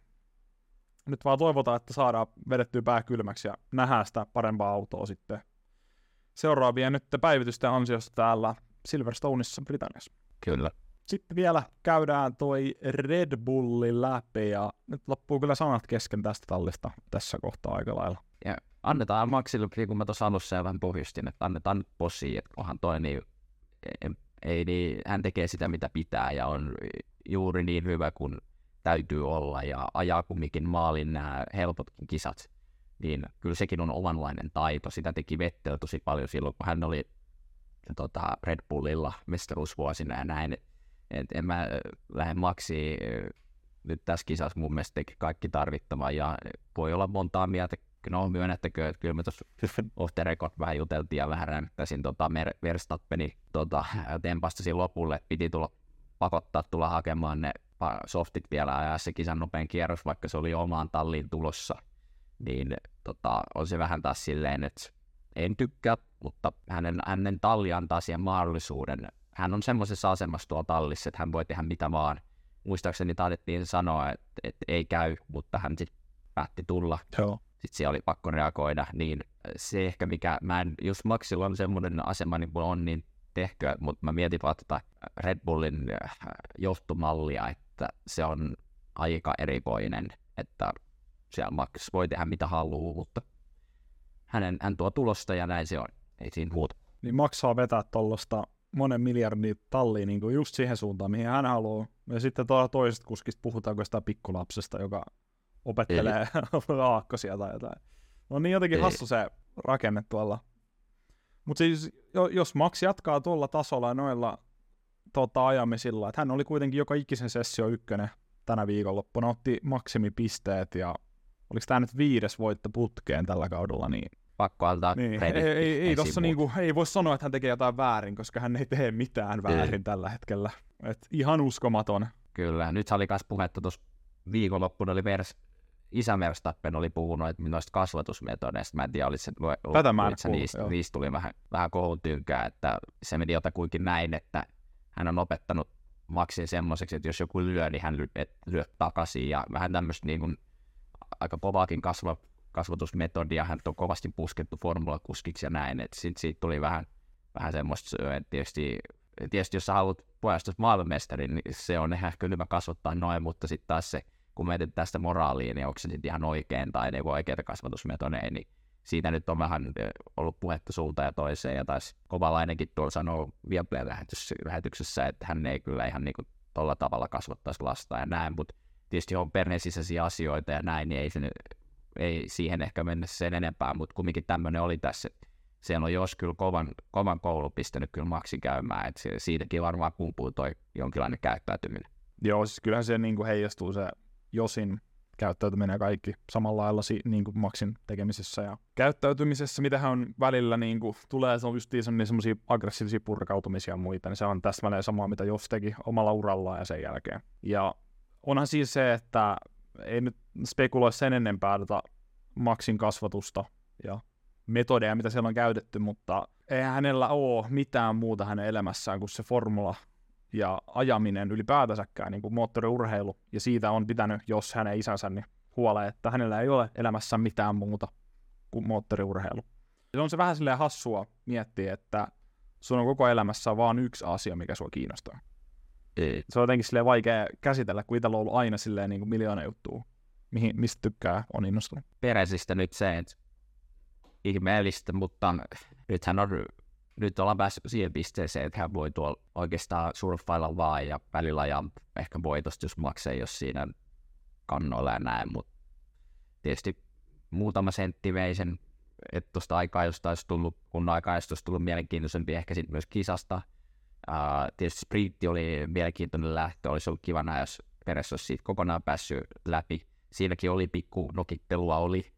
Nyt vaan toivotaan, että saadaan vedettyä pää kylmäksi ja nähdään sitä parempaa autoa sitten seuraavien nyt päivitysten ansiosta täällä Silverstoneissa Britanniassa. Kyllä. Sitten vielä käydään toi Red Bulli läpi, ja nyt loppuu kyllä sanat kesken tästä tallista tässä kohtaa aika lailla. Ja annetaan Maxille, niin kuin mä tuossa alussa jo vähän pohjustin, että annetaan nyt posia, että onhan toi niin, ei, niin, hän tekee sitä mitä pitää ja on juuri niin hyvä kuin täytyy olla ja ajaa kumminkin maalin nämä helpotkin kisat, niin kyllä sekin on omanlainen taito. Sitä teki Vettel tosi paljon silloin, kun hän oli tota, Red Bullilla mestaruusvuosina ja näin. Et en mä lähde Maxiin nyt tässä kisassa mun mielestä teki kaikki tarvittava ja voi olla montaa mieltä no myönnettäkö, että kyllä me tuossa off the record vähän juteltiin ja vähän rämmittäisin tota Verstappenin tota, tempastasin lopulle, että piti tulla pakottaa tulla hakemaan ne softit vielä ajaa se kisan nopein kierros, vaikka se oli omaan talliin tulossa, niin tota, on se vähän taas silleen, että en tykkää, mutta hänen, hänen talli antaa siihen mahdollisuuden. Hän on semmoisessa asemassa tuolla tallissa, että hän voi tehdä mitä vaan. Muistaakseni taidettiin sanoa, että, että ei käy, mutta hän sitten päätti tulla. Joo. Sitten siellä oli pakko reagoida, niin se ehkä mikä, mä en, jos Maxilla on semmoinen asema niin kuin on, niin tehkö, mutta mä mietin vaan tätä Red Bullin johtomallia, että se on aika erikoinen, että siellä Max voi tehdä mitä haluaa, mutta hänen, hän tuo tulosta ja näin se on, ei siinä muuta. Niin Max saa vetää tuollaista monen miljardin talliin niin kuin just siihen suuntaan, mihin hän haluaa. Ja sitten tuolla toisesta kuskista puhutaanko sitä pikkulapsesta, joka opettelee aakkosia tai jotain. No niin jotenkin Ei. hassu se rakenne tuolla. Mutta siis jos Max jatkaa tuolla tasolla ja noilla tota, ajamisilla, että hän oli kuitenkin joka ikisen sessio ykkönen tänä viikonloppuna, otti maksimipisteet ja oliko tämä nyt viides voitto putkeen tällä kaudella, niin pakko antaa niin, kreditti. Ei, ei, ei, tossa niinku, ei voi sanoa, että hän tekee jotain väärin, koska hän ei tee mitään väärin ei. tällä hetkellä. Et ihan uskomaton. Kyllä, nyt oli myös puhetta tuossa viikonloppuna, oli vers, isä Verstappen oli puhunut että noista kasvatusmetodeista. Mä en tiedä, olit se, Tätä mä en se niistä, niistä tuli vähän, vähän kohun tynkää, että se meni jotakuinkin näin, että hän on opettanut Maxin semmoiseksi, että jos joku lyö, niin hän lyö, lyö takaisin ja vähän tämmöistä niin kuin aika kovaakin kasva, kasvatusmetodia, hän on kovasti puskettu formulakuskiksi ja näin, että sitten siitä tuli vähän, vähän semmoista, että tietysti, tietysti jos sä haluat pojasta maailmanmestari, niin se on ehkä hyvä kasvattaa noin, mutta sitten taas se, kun mietit tästä moraaliin, niin onko se sitten ihan oikein tai niin oikeita kasvatusmetodeja, niin siitä nyt on vähän ollut puhetta suuntaan ja toiseen, ja taas Kovalainenkin tuolla sanoo Viaplay-lähetyksessä, että hän ei kyllä ihan niin kuin tolla tavalla kasvattaisi lasta ja näin, mutta tietysti on perheen sisäisiä asioita ja näin, niin ei, se, ei siihen ehkä mennä sen enempää, mutta kumminkin tämmöinen oli tässä, siellä on jos kyllä kovan, kovan koulu pistänyt kyllä Maxi käymään, että siitäkin varmaan kumpuu toi jonkinlainen käyttäytyminen. Joo, siis kyllähän se niin kuin heijastuu se Josin käyttäytyminen ja kaikki samalla lailla si- niin kuin Maxin tekemisessä ja käyttäytymisessä, mitä hän on välillä niin kuin, tulee, se on just niin semmoisia aggressiivisia purkautumisia ja muita, niin se on täsmälleen samaa, mitä Jos teki omalla urallaan ja sen jälkeen. Ja onhan siis se, että ei nyt spekuloi sen enempää tätä Maxin kasvatusta ja metodeja, mitä siellä on käytetty, mutta ei hänellä ole mitään muuta hänen elämässään kuin se formula ja ajaminen ylipäätänsäkään, niin kuin moottoriurheilu, ja siitä on pitänyt, jos hänen isänsä, niin huoleen, että hänellä ei ole elämässä mitään muuta kuin moottoriurheilu. Se on se vähän silleen hassua miettiä, että sun on koko elämässä vaan yksi asia, mikä sua kiinnostaa. Ei. Se on jotenkin silleen vaikea käsitellä, kun itsellä on ollut aina silleen niin kuin miljoona juttua, mihin, mistä tykkää, on innostunut. Peresistä nyt se, että ihmeellistä, mutta nythän on nyt ollaan päässyt siihen pisteeseen, että hän voi tuolla oikeastaan surffailla vaan ja välillä ja ehkä voitosta, jos maksee, jos siinä kannoilla ja näin, mutta tietysti muutama sentti vei sen, että tuosta aikaa, josta olisi tullut, kun aikaa olisi tullut mielenkiintoisempi ehkä sitten myös kisasta. Uh, tietysti sprintti oli mielenkiintoinen lähtö, olisi ollut kivana, jos Peres olisi siitä kokonaan päässyt läpi. Siinäkin oli pikku nokittelua, oli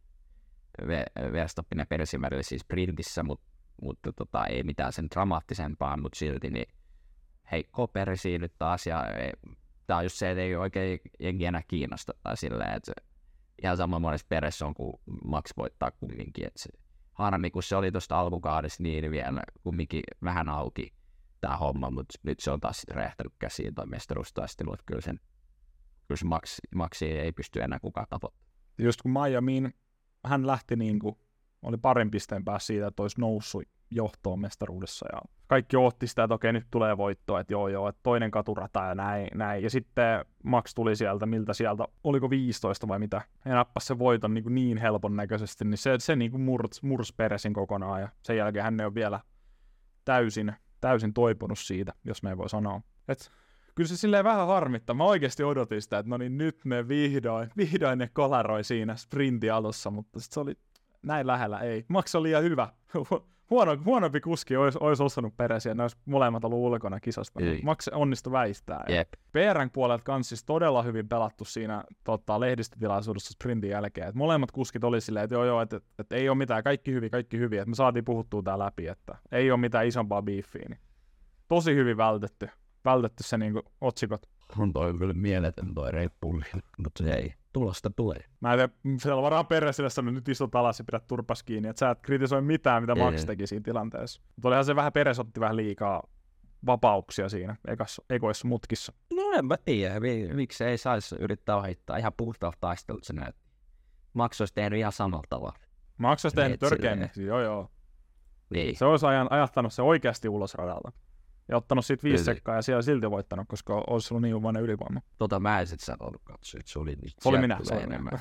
Verstappen ja Peresin välillä siis sprintissä, mutta mutta tota, ei mitään sen dramaattisempaa, mutta silti niin heikko Peresiin nyt taas, ja tämä on just se, että ei oikein jengi enää kiinnosta, tai silleen, että ihan sama monessa Peres on, kun Max voittaa kumminkin, että se, harmi, kun se oli tuosta alkukaudesta, niin vielä kumminkin vähän auki tämä homma, mutta nyt se on taas sitten räjähtänyt käsiin toi mestaruustaistelu, että kyllä, sen, kyllä se Max, Maxi ei pysty enää kukaan tavoittamaan. Just kun Miamiin hän lähti niin kuin oli parin pisteen päässä siitä, että olisi noussut johtoon mestaruudessa. Ja kaikki otti sitä, että okei, nyt tulee voitto, että joo joo, että toinen katurata ja näin, näin. Ja sitten Max tuli sieltä, miltä sieltä, oliko viisitoista vai mitä, ja nappasi sen voiton niin, kuin niin helpon näköisesti, niin se, se niin kuin murs, murs Peresin kokonaan, ja sen jälkeen hän ei ole vielä täysin, täysin toipunut siitä, jos me ei voi sanoa. Et kyllä se silleen vähän harmittaa. Mä oikeasti odotin sitä, että no niin nyt ne vihdoin, vihdoin ne kolaroi siinä sprintin alussa, mutta sitten se oli näin lähellä, ei. Max oli liian hyvä. huono, huonompi kuski olisi, olisi osannut Perez, ja ne olisi molemmat ollut ulkona kisasta. Max onnistui väistää. Yep. P R:n puolelta kans siis todella hyvin pelattu siinä tota, lehdistötilaisuudessa sprintin jälkeen. Et molemmat kuskit oli silleen, että joo joo, että et, et ei ole mitään, kaikki hyvin, kaikki hyvin. Et me saatiin puhuttua tää läpi, että ei ole mitään isompaa beefiä. Niin tosi hyvin vältetty, vältetty se niinku otsikot. On toi kyllä mieletön toi Red Bulli, mutta se ei. Tulosta tulee. Mä en tiedä, siellä varmaan Perezille sanoi, nyt istut alas ja pidät turpas kiinni, että sä et kritisoi mitään, mitä Max ei. teki siinä tilanteessa. Mutta olihan se vähän, Perez otti vähän liikaa vapauksia siinä ekas, ekoissa mutkissa. No en mä tiedä, miksi ei saisi yrittää ohittaa ihan puhtaalta taistelta se näyttää. Max olisi tehnyt ihan samalla tavalla. Max olisi tehnyt törkeämmin, joo joo. Niin. Se olisi ajan, ajattanut se oikeasti ulos radalta. Ja ottanut siitä viisi Kyllä. sekkaa ja siellä silti voittanut, koska olisi ollut niin vainen ylivoima. Tota mä en sit sanonut katsoa, että se oli niin. Se oli minä, se oli enemmän.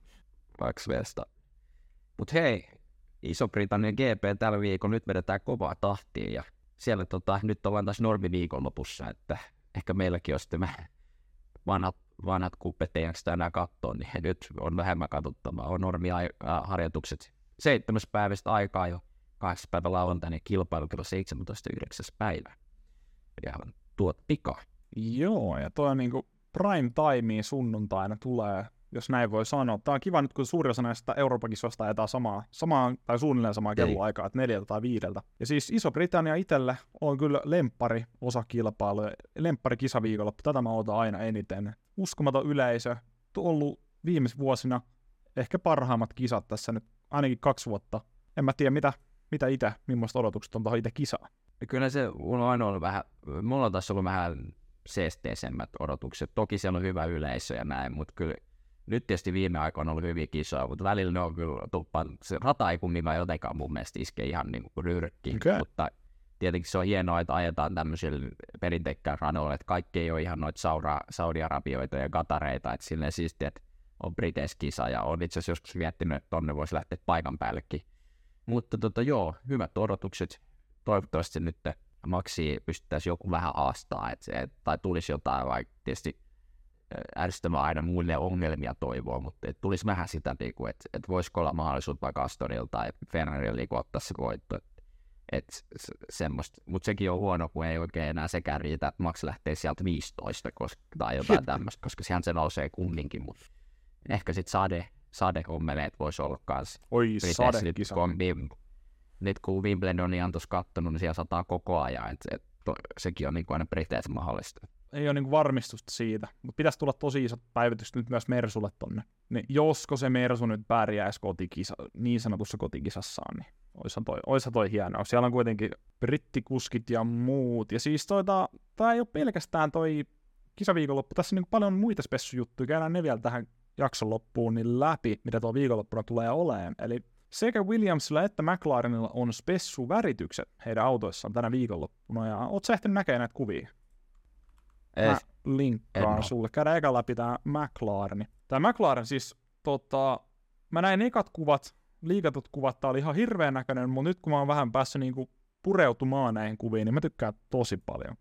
Max Verstappen. Mut hei, Iso-Britannian G P tällä viikolla nyt vedetään kovaa tahtia ja siellä tota, nyt ollaan taas normiviikonlopussa, että ehkä meilläkin on sitten vanhat, vanhat kuppet ei jaksa enää katsoa, niin nyt on vähemmän katsottavaa. On normiharjoitukset seitsemäs päivästä aikaa jo kahdeksas päivä lauantaina kilpailu kello seitsemäntoista yhdeksäs päivä. Ja tuot pikaa. Joo, ja toi on niinku prime timea sunnuntaina tulee, jos näin voi sanoa. Tää on kiva nyt, kun suurin osa näistä Euroopan kisoista ajetaan samaa, samaa tai suunnilleen samaa kelloaikaa, että neljältä tai viideltä. Ja siis Iso-Britannia itselle on kyllä lemppari osakilpailu, lemppari kisaviikonloppu. Tätä mä otan aina eniten. Uskomaton yleisö, ollut viime vuosina ehkä parhaimmat kisat tässä nyt ainakin kaksi vuotta. En mä tiedä, mitä, mitä itse, millaista odotukset on tuohon itse kisaan. Kyllä se on aina ollut vähän, mulla on tässä ollut vähän seesteisemmät odotukset. Toki siellä on hyvä yleisö ja näin, mutta kyllä nyt tietysti viime aikoina on ollut hyviä kisoja, mutta välillä ne on kyllä tuppan, se rata ei kumminkaan jotenkaan mun mielestä iske ihan niin kuin ryrkki, okay. Mutta tietenkin se on hienoa, että ajetaan tämmöisillä perinteikkäillä radoilla, että kaikki ei ole ihan noita Saura, Saudi-Arabioita ja Qatareita, että silleen siistiä, että on British-kisa ja on itse asiassa joskus miettinyt, että tonne voisi lähteä paikan päällekin. Mutta tota, joo, hyvät odotukset. Toivottavasti nyt Maxi pystyttäisiin joku vähän haastaa, et, et, tai tulisi jotain, vaikka tietysti ärsyttämään aina muille ongelmia toivoa, mutta et tulisi vähän sitä, että et voisiko olla mahdollisuus vaikka Astonilla tai Ferrarilla ottaa se voitto. Et, et, semmoista. Mutta sekin on huono, kun ei oikein enää sekään riitä, että Max lähtee sieltä viisitoista koska, tai jotain tämmöistä, koska sehän se nousee kumminkin, mutta ehkä sitten sade, sadehommeleet voisi olla kanssa. Oi, sadekisa. Nyt kun Wimbledonia on tuossa kattonut, niin siellä sataa koko ajan, että et, sekin on niin aina Briteissä mahdollista. Ei ole niin varmistusta siitä, mutta pitäisi tulla tosi isot päivitykset nyt myös Mersulle tonne. Niin josko se Mersu nyt pärjäisi kotikisa, niin sanotussa kotikisassaan, niin oishan toi, oishan toi hienoa. Siellä on kuitenkin brittikuskit ja muut. Ja siis toita, tää ei ole pelkästään toi kisaviikonloppu. Tässä on niin paljon muita spessujuttuja. Käydään ne vielä tähän jakson loppuun niin läpi, mitä tuo viikonloppuna tulee olemaan. Eli sekä Williamsilla että McLarenilla on spessuväritykset heidän autoissaan tänä viikonloppuna. Ja oot sä ehtinyt näkemään näitä kuvia? Mä linkkaan sulle. Käydään eka läpi tää McLaren. Tää McLaren siis, tota, mä näin ekat kuvat, liikatut kuvat, tää oli ihan hirveän näköinen, mutta nyt kun mä oon vähän päässyt niinku pureutumaan näihin kuviin, niin mä tykkään tosi paljon.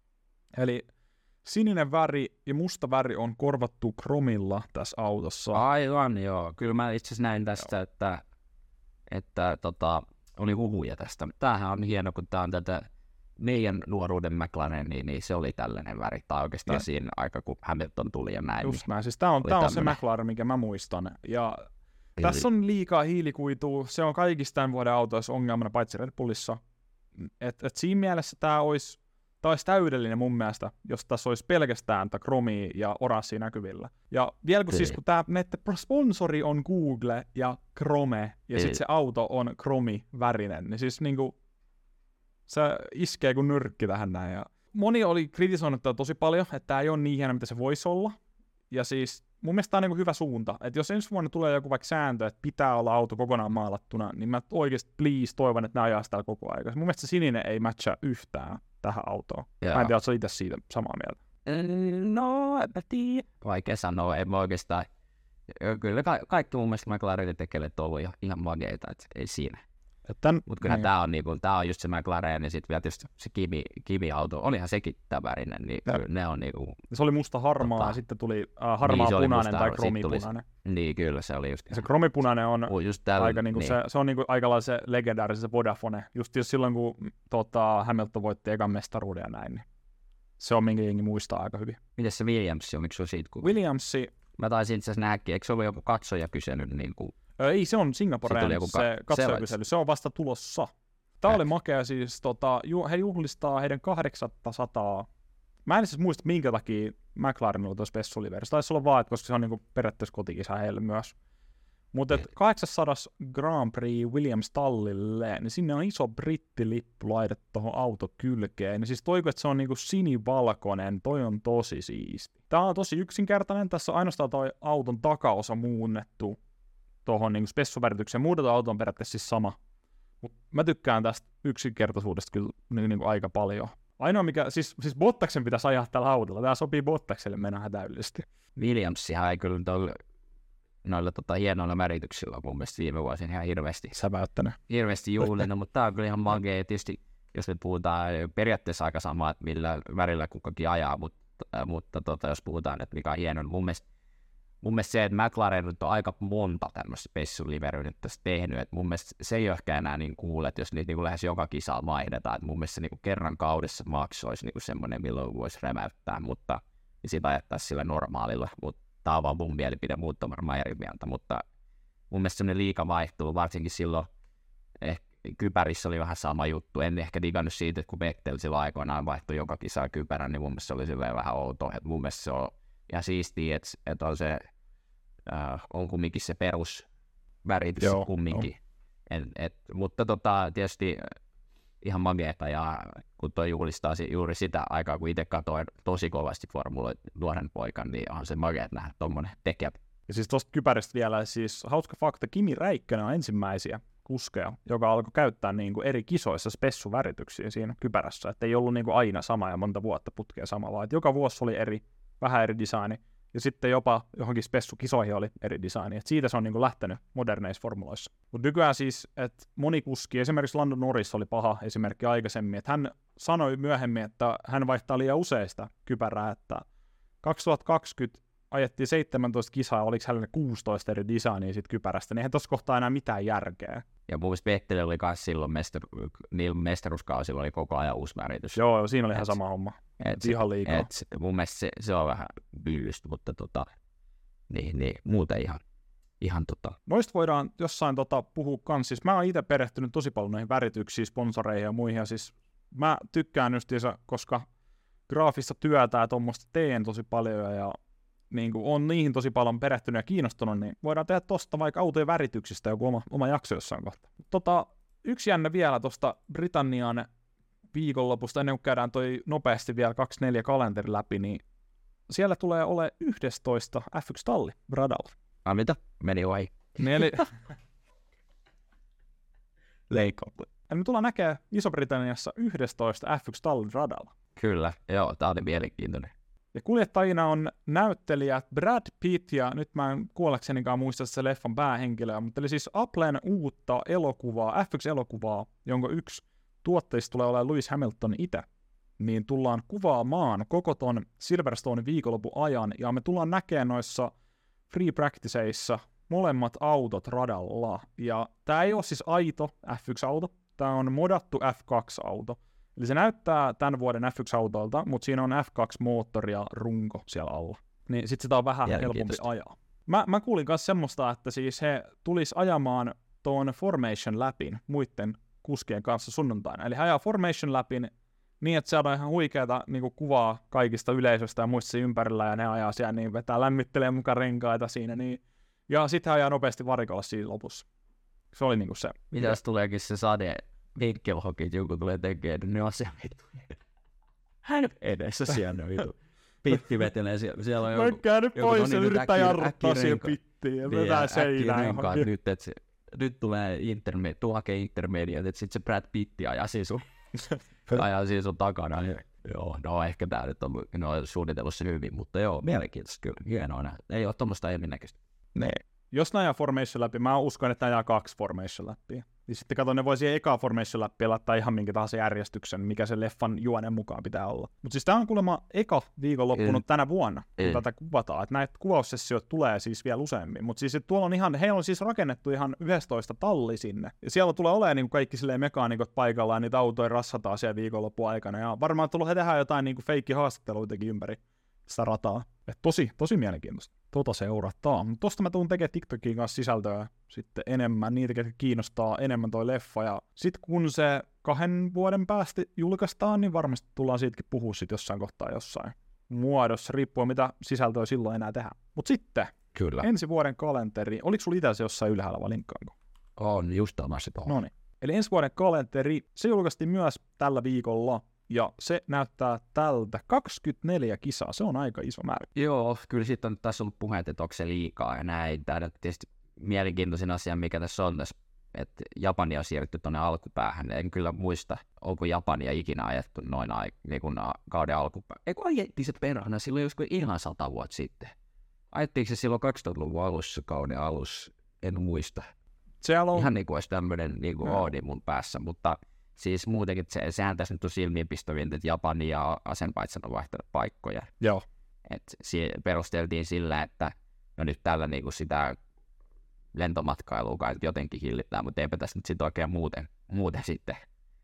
Eli sininen väri ja musta väri on korvattu kromilla tässä autossa. Aivan, joo. Kyllä mä itse asiassa näin tästä, joo. että, että tota, oli huhuja tästä. Tämähän on hieno, kun tää on tätä meidän nuoruuden McLaren, niin, niin se oli tällainen väri. Tai oikeastaan ja. siinä aika, kun Hamilton tuli ja näin. Just niin näin. Siis tää on, tää on se McLaren, mikä mä muistan. Ja Eli... tässä on liikaa hiilikuitua. Se on kaikista tämän vuoden autoissa ongelmana, paitsi Red Bullissa. Et, et siinä mielessä tää olisi, tää olisi täydellinen mun mielestä, jos tässä olisi pelkästään tää kromia ja oranssia näkyvillä. Ja vielä kun, siis, kun tää sponsori on Google ja Chrome, ja sitten se auto on kromi-värinen, niin siis niinku se iskee kuin nyrkki tähän näin. Ja moni oli kritisoinut tätä tosi paljon, että tämä ei ole niin hieno, mitä se voisi olla. Ja siis mun mielestä tämä on niin hyvä suunta. Että jos ensi vuonna tulee joku vaikka sääntö, että pitää olla auto kokonaan maalattuna, niin mä oikeasti please toivon, että ne ajaa sitä koko ajan. Mun mielestä se sininen ei matchaa yhtään tähän autoon. Jaa. Mä en tiedä, ootko itse siitä samaa mieltä. No, enpä tiedä. Vaikea sanoa, en mä oikeastaan. Kyllä ka- kaikki mun mielestä McLarenin tekeleet on ollut ihan mageita, että ei siinä. Mutta kyllähän niin. tämä on, niinku, tää on just se McLaren ja sitten vielä tietysti se Kimi, Kimi-auto, olihan sekin tävärinen, niin ja. ne on niinku... Se oli musta harmaa tota, ja sitten tuli äh, harmaa niin, punainen tai kromipunainen. Tuli, niin kyllä, se oli just... Se kromipunainen on just tällä, aika niinku, niin. se, se on niinku aikalainen se legendaarinen se Vodafone, just jos silloin kun tota, Hamilton voitti ekan mestaruuden ja näin, niin se on minkä jengi muistaa aika hyvin. Mites se Williams on, miksi se on siitä kuva? Williamsi... Mä taisin itse asiassa nähdäkin, eikö se ollut joku katsoja kysynyt niin kuin... Ei, se on Singaporeen ka- se katsojakysely, se on vasta tulossa. Tämä oli makea siis, tota, ju- he juhlistaa heidän kahdeksansataa. Mä en siis muista minkä takia McLaren oli tuossa spessuliverissa. Taisi olla vaan, koska se on niinku periaatteessa kotikisa heille myös. Mutta kahdeksansataa Grand Prix Williams tallille, niin sinne on iso brittilippu laitettu tuohon autokylkeen. Ja siis toi, että se on niinku sinivalkoinen, toi on tosi siisti. Tää on tosi yksinkertainen, tässä on ainoastaan toi auton takaosa muunnettu tuohon niinku spessuväritykseen. Muuta auto on periaatteessa siis sama. Mut mä tykkään tästä yksinkertaisuudesta kyllä niinku aika paljon. Ainoa mikä, siis, siis Bottaksen pitäisi ajaa tällä autolla. Tää sopii Bottakselle mennä täydellisesti. Williamsihan ei kyllä tuolla noilla tota, hienoilla värityksillä mun mielestä viime vuosina ihan hirveästi. Säväyttänyt. Hirveästi juhlina, mutta tää on kyllä ihan magea. Tietysti jos me puhutaan periaatteessa aika samaa, että millä värillä kukakin ajaa, mutta, mutta tota, jos puhutaan, että mikä on hieno, niin mun mielestä Mun mielestä se, että McLaren nyt on aika monta tämmöistä spessuliveryä nyt tässä tehnyt, että mun mielestä se ei ole ehkä enää niin cool, että jos niitä niin lähes joka kisaa mainitaan, että mun mielestä se niin kerran kaudessa Max olisi niin semmoinen, milloin voisi rämäyttää, mutta niin sitä ajattaisi sillä normaalilla, mutta tämä on vaan mun mielipide, muut on varmaan eri mieltä, mutta mun mielestä semmoinen liika vaihtuu, varsinkin silloin ehkä kypärissä oli vähän sama juttu, en ehkä digannut siitä, että kun Vettel silloin aikoinaan vaihtui joka kisaa kypärän, niin mun mielestä se oli silleen vähän outoa, että mun mielestä se on ihan siistiä, että, että on se äh, on kumminkin se perusväritys Joo, kumminkin. Et, et, mutta tota, tietysti ihan mageeta, ja kun toi juhlistaa juuri sitä aikaa, kun itse katsoin tosi kovasti formuloita nuoren poikan, niin on se mageet nähdä tommonen tekijä. Ja siis tosta kypäristä vielä, siis hauska fakta, Kimi Räikkönen on ensimmäisiä kuskeja, joka alkoi käyttää niin kuin eri kisoissa spessuvärityksiä siinä kypärässä, että ei ollut niin kuin aina sama ja monta vuotta putkea sama, vaan että joka vuosi oli eri, vähän eri designi, ja sitten jopa johonkin spessukisoihin oli eri designi, että siitä se on niin kuin lähtenyt moderneissa formuloissa. Mutta nykyään siis, että moni kuski, esimerkiksi Lando Norris oli paha esimerkki aikaisemmin, että hän sanoi myöhemmin, että hän vaihtaa liian useista kypärää, että kaksituhattakaksikymmentä ajettiin seitsemäntoista kisaa, oliko hänellä kuusitoista eri designia siitä kypärästä, niin eihän tuossa kohtaa enää mitään järkeä. Ja mun mielestä Vettel oli myös silloin, mestar, niillä mestaruuskausilla oli koko ajan uusi väritys. Joo, siinä oli et, ihan sama homma. Et, ihan liikaa. Et, mun mielestä se, se on vähän byllystä, mutta tota, niin, niin, muuten ihan, ihan tota. Noista voidaan jossain tota, puhua kans. Siis mä oon itse perehtynyt tosi paljon noihin värityksiin, sponsoreihin ja muihin. Ja siis mä tykkään justiinsa, koska graafista työtä ja tuommoista teen tosi paljon ja niin kuin on niihin tosi paljon perehtynyt ja kiinnostunut, niin voidaan tehdä tosta vaikka autojen värityksistä joku oma, oma jakso jossain kohta. Tota, yksi jännä vielä tuosta Britannian viikonlopusta, ennen kuin käydään toi nopeasti vielä kaksikymmentäneljä kalenteri läpi, niin siellä tulee ole yksitoista F yksi talli radalla. Ah, mitä? Meni ohi. Eli... Leikkautui. Eli me tullaan näkemään Iso-Britanniassa yksitoista F yksi talli radalla. Kyllä, joo, tää oli mielenkiintoinen. Ja kuljettajina on näyttelijät Brad Pitt, ja nyt mä en kuollaksenikaan muista se leffan päähenkilöä, mutta eli siis Applen uutta elokuvaa, F yksi elokuvaa, jonka yksi tuotteista tulee olemaan Lewis Hamilton itse, niin tullaan kuvaamaan koko ton Silverstone viikonlopun ajan, ja me tullaan näkemään noissa free practiceissa molemmat autot radalla. Ja tää ei ole siis aito F yksi auto, tää on modattu F kaksi auto. Eli se näyttää tämän vuoden F yksi autolta, mutta siinä on F kaksi moottori ja runko siellä alla. Niin sit sitä on vähän helpompi ajaa. Mä, mä kuulin myös semmoista, että siis he tulis ajamaan tuon Formation läpin muiden kuskien kanssa sunnuntaina. Eli he ajaa Formation läpin niin, että saadaan ihan huikeata niin kuvaa kaikista yleisöstä ja muista ympärillä, ja ne ajaa siellä niin, vetää lämmittelee mukaan renkaita siinä. Niin. Ja sitten he ajaa nopeasti varikolla siinä lopussa. Se oli niinku se. Mitäs tuleekin se sade? Vinkkelhokit, joku tulee tekemään, niin ne on se vittu. Hän edessä siellä vittu. Pitti vetelee siellä. siellä on joku, mä käynyt pois ja yrittää jarruttaa siihen pittiin ja vetää seinään johonkin. Nyt, et se, nyt tulee interme, tuu hakee intermediat, että sit se Brad Pitti ajaa siis sun, ajaa siis sun takana. Ja, joo, no ehkä tää nyt on, no, on suunnitellut se hyvin, mutta joo, mielenkiintoista kyllä. Hienoa nähdä. Ei oo tommoista ennennäköistä. Ne. Jos ne ajaa Formation läpi, mä uskon, että ne ajaa kaksi Formation läpi. Niin sitten kato, ne voi siihen eka formation läpi pelata ihan minkä tahansa järjestyksen, mikä se leffan juonen mukaan pitää olla. Mutta siis tää on kuulemma eka viikonloppunut tänä vuonna, kun Mm. tätä kuvataan. Että näitä kuvaussessioita tulee siis vielä useammin. Mutta siis tuolla on ihan, heillä on siis rakennettu ihan yksitoista talli sinne. Ja siellä tulee olemaan niin kaikki silleen mekaanikot paikalla ja niitä autoja rassataan siellä viikonlopun aikana. Ja varmaan tullut tehdä jotain niin feikkihaastatteluitakin ympäri sitä rataa. Et tosi, tosi mielenkiintoista. Tota seurataan. Mutta tosta mä tuun tekemään TikTokin kanssa sisältöä sitten enemmän, niitä, ketkä kiinnostaa enemmän toi leffa. Ja sit kun se kahden vuoden päästä julkaistaan, niin varmasti tullaan siitäkin puhua sit jossain kohtaa jossain muodossa, riippuen mitä sisältöä silloin enää tehdään. Mut sitten, Kyllä. ensi vuoden kalenteri, oliko sulla itse jossain ylhäällä vai linkkaanko? On just omassa tuohon. Noniin. Eli ensi vuoden kalenteri, se julkaistiin myös tällä viikolla. Ja se näyttää tältä kaksikymmentäneljä kisaa, se on aika iso määrä. Joo, kyllä siitä on tässä ollut puheet, että onko se liikaa ja näin. Tämä on tietysti mielenkiintoisin asia, mikä tässä on tässä, että Japania on siirretty tuonne alkupäähän. En kyllä muista, onko Japania ikinä ajettu noin ai- niin kuin kauden alkupäähän. Eikö ajettiin se perhana silloin joskus ihan sata vuotta sitten? Ajettiinko se silloin kaksituhattaluvun alussa, kauden alussa? En muista. Siellä on... Ihan niin kuin olisi tämmöinen niin kuin oodi mun päässä, mutta... Siis muutenkin, se, sehän tässä nyt on silmiinpistävintä, että Japani ja Azerbaidžan on vaihtanut paikkoja. Joo. Et si- perusteltiin sillä, että no nyt tällä niinku sitä lentomatkailua kai jotenkin hillitään, mutta eipä tässä nyt sitten oikein muuten, muuten sitten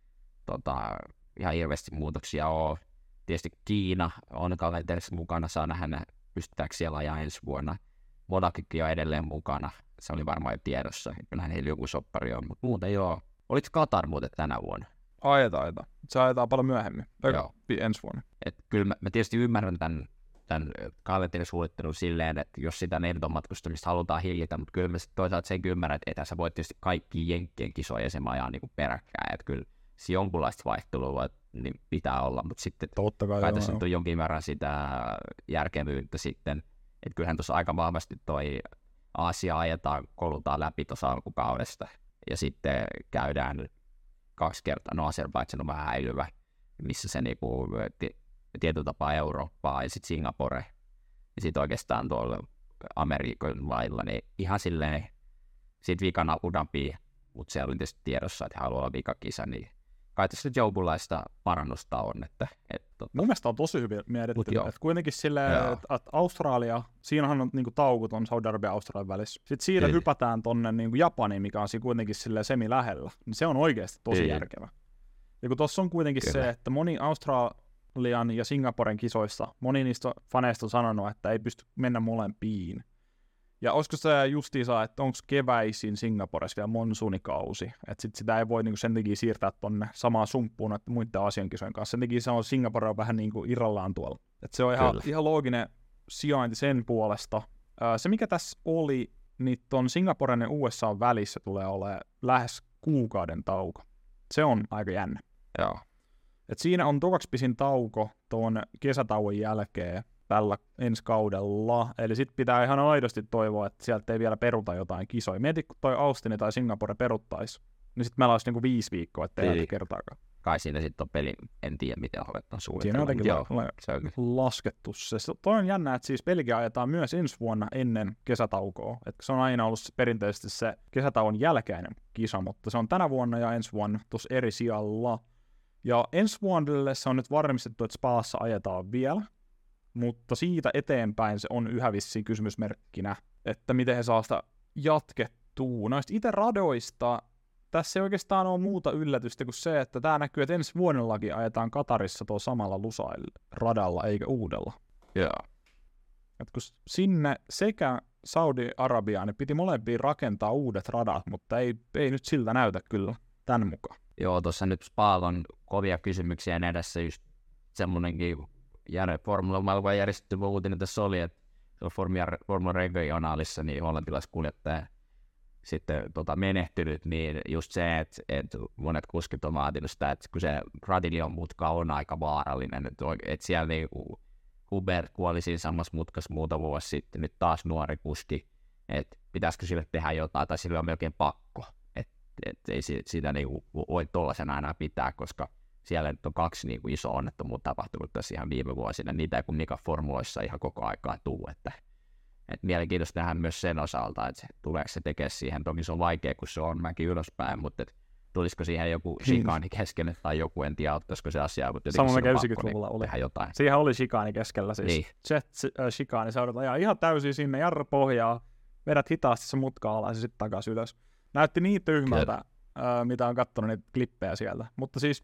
tota, ihan hirveästi muutoksia ole. Tietysti Kiina on kalenterissa mukana, saa nähdä, pystytäänkö siellä ajaa ensi vuonna. Monacokin on edelleen mukana, se oli varmaan jo tiedossa, kyllähän heillä joku soppari on, mutta muuten joo. Oliko Katar muuten tänä vuonna? Ajetaan, ajetaan. Se ajetaan paljon myöhemmin. Joo. Ensi vuonna. Et kyllä mä, mä tietysti ymmärrän tämän, tämän kalenterisuunnittelun silleen, että jos sitä lentomatkustamista halutaan hiljata, mutta kyllä mä sit toisaalta senkin ymmärrän, että etän sä voit tietysti kaikki jenkkien kisoja sen ajaa niin peräkkäin, että kyllä se jonkunlaista vaihtelua niin pitää olla, mutta sitten Totta kai, kai joo, tässä joo. nyt on jonkin verran sitä järkevyyttä sitten, että kyllähän tuossa aika vahvasti toi Aasia ajetaan, koulutaan läpi tuossa alkukaudesta. Ja sitten käydään kaksi kertaa, no Azerbaidžan on vähän häilyvä, missä se niinku tietyllä tapaa Eurooppaa ja sitten Singapore. Ja sitten oikeastaan tuolla Amerikan lailla, niin ihan silleen, sitten vikana Abu Dhabi, mutta siellä oli tietysti tiedossa, että haluaa olla vikakisa, niin kai tässä nyt jonkunlaista parannusta on. Että, et, tota... Mun mielestä on tosi hyvin mietitty, että kuitenkin silleen, että et Australia, siinähän on niinku taukut on Saudi-Arabia ja Australian välissä. Sitten siitä Ei. hypätään tonne niinku Japaniin, mikä on siinä kuitenkin silleen semi lähellä, niin se on oikeasti tosi Ei. järkevä. Ja kun tossa on kuitenkin Kyllä. se, että moni Australian ja Singaporen kisoissa, moni niistä faneista on sanonut, että ei pysty mennä molempiin. Ja olisiko se justiinsa, että onko keväisin Singaporessa vielä monsuunikausi, että sit sitä ei voi niinku sen takia siirtää tonne samaan sumppuun että muiden Aasian kisojen kanssa. Sen takia se on Singapore on vähän niinku irrallaan tuolla. Et se on ihan, ihan looginen sijainti sen puolesta. Ää, se mikä tässä oli, niin ton Singaporen ja U S A välissä tulee olemaan lähes kuukauden tauko. Se on aika jännä. Joo. Et siinä on tokaksi pisin tauko tuon kesätauon jälkeen tällä ensi kaudella. Eli sit pitää ihan aidosti toivoa, että sieltä ei vielä peruta jotain kisoja. Mieti, kun toi Austin tai Singapore peruttaisi, niin sit meillä olisi niinku viisi viikkoa, ettei lähde kertaakaan. Kai siinä sitten on peli, en tiedä miten hoidetaan suunnitelma. Siinä on jotenkin la- la- se on laskettu se. Toi on jännä, että siis Belgia ajetaan myös ensi vuonna ennen kesätaukoa. Et se on aina ollut perinteisesti se kesätauon jälkeinen kisa, mutta se on tänä vuonna ja ensi vuonna tuossa eri sijalla. Ja ensi vuodelle se on nyt varmistettu, että Spaassa ajetaan vielä. Mutta siitä eteenpäin se on yhä vissiin kysymysmerkkinä, että miten he saa sitä jatkettua. Noista itse radoista tässä ei oikeastaan ole muuta yllätystä kuin se, että tämä näkyy, että ensi vuonnellakin ajetaan Katarissa tuo samalla Lusail-radalla eikä uudella. Joo. Et kun sinne sekä Saudi-Arabiaan, ne piti molempiin rakentaa uudet radat, mutta ei, ei nyt siltä näytä kyllä tämän mukaan. Joo, tuossa nyt Spaalla on kovia kysymyksiä edessä just semmoinenkin Formula järjestetty uutinen tässä oli, että Formula Regionaalissa niin hollantilaiskuljettaja sitten tota, menehtynyt, niin just se, että, että monet kuskit on vaatinut sitä, että kun se Gradilion mutka on aika vaarallinen, että, että siellä niin Hubert kuoli siinä samassa mutkassa muutama vuosi sitten, nyt taas nuori kuski, että pitäisikö sille tehdä jotain, tai sille on melkein pakko, että, että ei sitä niin voi tuollaisena enää pitää, koska siellä nyt on kaksi niin kuin isoa onnettomuutta tapahtunut tässä ihan viime vuosina. Niitä ei kumminkaan formuloissa ihan koko aikaa tule. Että, Et mielenkiintoista nähdä myös sen osalta, että tuleeko se tekemään siihen. Toki se on vaikea, kun se on mäki ylöspäin, mutta et tulisiko siihen joku shikaani keskelle tai joku, en tiedä, ottaisiko se asiaa, mutta Samoin mikä pakko yhdeksänkymmentäluvulla oli. tehdä jotain. Siihen oli shikaani keskellä siis. Niin. Jet äh, shikaani, sä odotat ajaa ihan täysin sinne, jarru pohjaa, vedät hitaasti se mutka alas ja sitten takaisin ylös. Näytti niin tyhmältä, äh, mitä on katsonut niitä klippejä sieltä. Mutta siis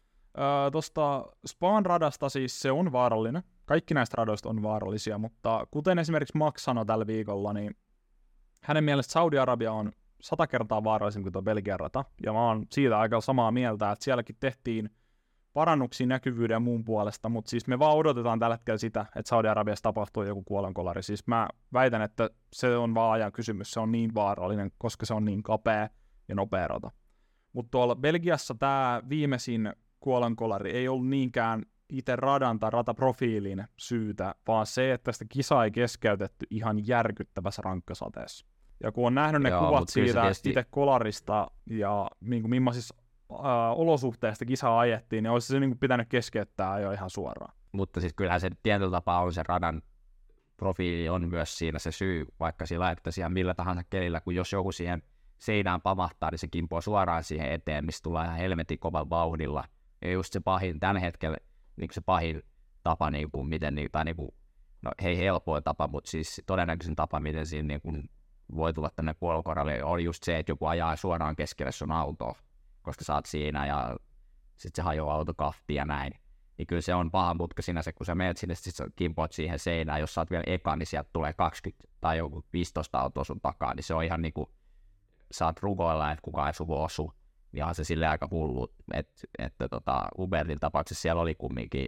äh, tuosta Spawn-radasta siis se on vaarallinen. Kaikki näistä radoista on vaarallisia, mutta kuten esimerkiksi Max sanoi tällä viikolla, niin hänen mielestä Saudi-Arabia on sata kertaa vaarallisempi kuin tuo Belgian rata. Ja mä oon siitä aika samaa mieltä, että sielläkin tehtiin parannuksia näkyvyyden ja muun puolesta, mutta siis me vaan odotetaan tällä hetkellä sitä, että Saudi-Arabiassa tapahtuu joku kuolonkolari. Siis mä väitän, että se on vaan ajan kysymys, se on niin vaarallinen, koska se on niin kapea ja nopea rata. Mutta tuolla Belgiassa tämä viimeisin kuolonkolari ei ollut niinkään itse radan tai rataprofiilin syytä, vaan se, että sitä kisaa ei keskeytetty ihan järkyttävässä rankkasateessa. Ja kun on nähnyt ne Joo, kuvat siitä tietysti itse kolarista ja niin kuin millaisissa äh, olosuhteista kisaa ajettiin, niin olisi se niin kuin pitänyt keskeyttää jo ihan suoraan. Mutta siis kyllähän se tietyllä tapaa on se radan profiili on myös siinä se syy, vaikka sillä laittaisi ihan millä tahansa kelillä, kun jos joku siihen seinään pamahtaa, niin se kimpoo suoraan siihen eteen, mistä tulee ihan helvetin kovan vauhdilla. Ja just se pahin, tällä hetkellä niin se pahin tapa, niin kuin, miten, niin, tai niin kuin, no ei helpoin tapa, mutta siis todennäköisin tapa, miten siinä niin kuin, voi tulla tänne kuolokoralle, on just se, että joku ajaa suoraan keskelle sun autoa, koska sä oot siinä ja sitten se hajoaa auto kahtia ja näin. Niin kyllä se on paha mutka sinänsä, kun sä menet sinne, sit sä kimpoat siihen seinään, jos sä oot vielä eka, niin sieltä tulee kaksikymmentä tai joku viisitoista autoa sun takaa, niin se on ihan niinku, saat rukoilla, että kukaan ei sun osu. Ja se silleen aika hullu, että, että tota, Ubertin tapauksessa siellä oli kumminkin,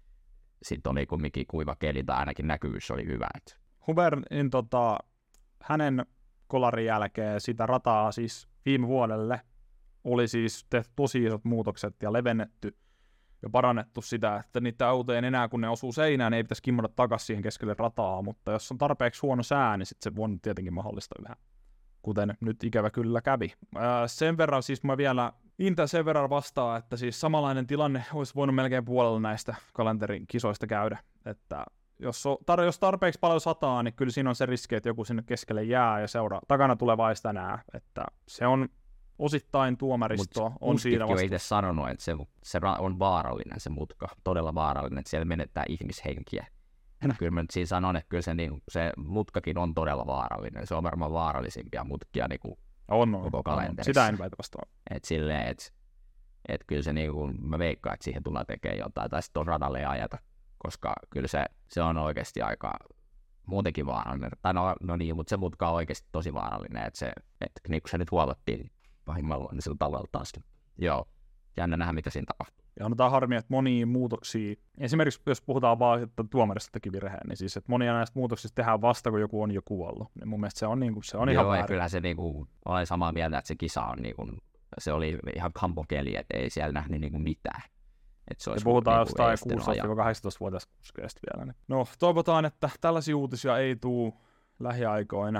sitten oli kumminkin kuiva keli, tai ainakin näkyvyys oli hyvä. Et. Huberin tota, hänen kolarin jälkeen sitä rataa siis viime vuodelle oli siis tehty tosi isot muutokset ja levennetty ja parannettu sitä, että niitä autoja enää kun ne osuu seinään, niin ei pitäisi kimmota takaisin siihen keskelle rataa, mutta jos on tarpeeksi huono sää, niin sitten se on tietenkin mahdollista yhä. Kuten nyt ikävä kyllä kävi. Ää, sen verran siis mä vielä Intä sen verran vastaa, että siis samanlainen tilanne olisi voinut melkein puolella näistä kalenterin kisoista käydä. Että jos, on, tar- jos tarpeeksi paljon sataa, niin kyllä siinä on se riski, että joku sinne keskelle jää ja seuraa. Takana tulee vaista nää. Että se on osittain tuomaristo Mut on siinä vasta. vasta. Itse sanonut, että se, se on vaarallinen se mutka, todella vaarallinen, että siellä menettää ihmishenkiä. Kyllä mä nyt siinä sanon, että kyllä se, niin, se mutkakin on todella vaarallinen. Se on varmaan vaarallisimpia mutkia niin kuin on, on, koko on, kalenterissa. sitä en väitä vastaan. Että silleen, että et kyllä se niin kuin, mä veikkaan, että siihen tullaan tekemään jotain, tai sitten on radalle ei ajata, koska kyllä se, se on oikeasti aika muutenkin vaarallinen. Tai no, no niin, mutta se mutka on oikeasti tosi vaarallinen, että se, että niin kuin se nyt huomattiin pahimmalla, niin sillä tavalla taas. Joo, jännä nähdä, mitä siinä tapahtuu. Ja on tämä harmi, että monia muutoksia, esimerkiksi jos puhutaan vaan, että tuomarista teki virheen, niin siis, että monia näistä muutoksista tehdään vasta, kun joku on jo kuollut. Niin mun mielestä se on, niin kuin, se on ihan Joo, väärin. Kyllä se niin kuin, olen samaa mieltä, että se kisa on niin kuin, se oli ihan kampokeli, että ei siellä nähnyt niin kuin mitään. Että se ja olisi puhutaan niin jostain kuusitoista kahdeksantoista-vuotiaasta kuskeesta vielä. Niin. No, toivotaan, että tällaisia uutisia ei tule lähiaikoina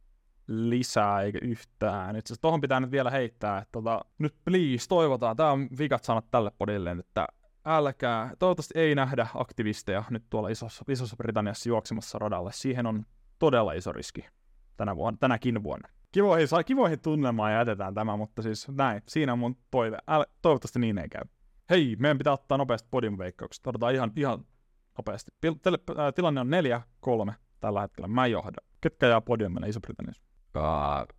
lisää eikä yhtään. Itse asiassa tohon pitää nyt vielä heittää, että tota, nyt please toivotaan, tää on vikat sanat tälle podille, että älkää, toivottavasti ei nähdä aktivisteja nyt tuolla isossa, isossa Britanniassa juoksemassa radalle. Siihen on todella iso riski tänä vuonna, tänäkin vuonna. Kivoihin, kivoihin tunnelmaan ja jätetään tämä, mutta siis näin, siinä on mun toive. Äl, toivottavasti niin ei käy. Hei, meidän pitää ottaa nopeasti podiumveikkaukset. Otetaan ihan, ihan nopeasti. Pil- äh, tilanne on neljä kolme tällä hetkellä. Mä johdan. Ketkä jää podiumille Iso-Britanniassa? Uh,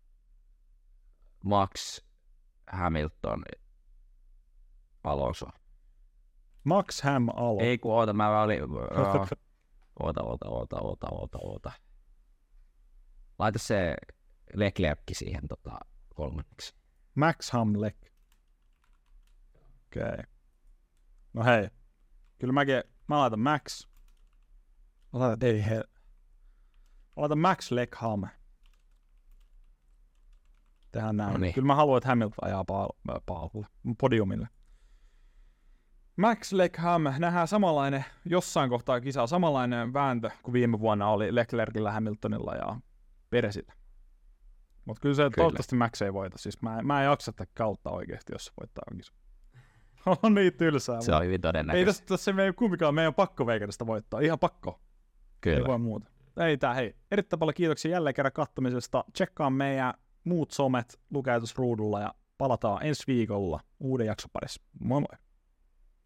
Max, Hamilton, Alonso. Max Ham Alonso. Ei kun oota, mä olin... Uh, oota, oota, oota, oota, oota, oota. Laita se Leclercki siihen tota, kolmanneksi. Max Hamlek. Okei. Okay. No hei. Kyllä mäkin, mä laitan Max. Mä laitan, ei he. Mä laitan Max Leckham. Tehdään näin. No niin. Kyllä mä haluan, että Hamilton ajaa paal- paalulle, podiumille. Max Leckham, nähdään samanlainen, jossain kohtaa kisaa, samanlainen vääntö kuin viime vuonna oli Leclercillä, Hamiltonilla ja Peresillä. Mutta kyllä se kyllä. Toivottavasti Max ei voita. Siis mä, mä en jaksa tätä kautta oikeasti, jos se voittaa kisa. On niin tylsää. Se on hyvin todennäköistä. Ei tässä, tässä ei kumpikaan, meidän on pakko veikata sitä voittaa. Ihan pakko. Kyllä. Ei voi muuta. ei tää, hei. Erittäin paljon kiitoksia jälleen kerran katsomisesta. Tsekkaa meidän muut somet lukeutusruudulla ja palataan ensi viikolla uuden jakson parissa. Moi moi!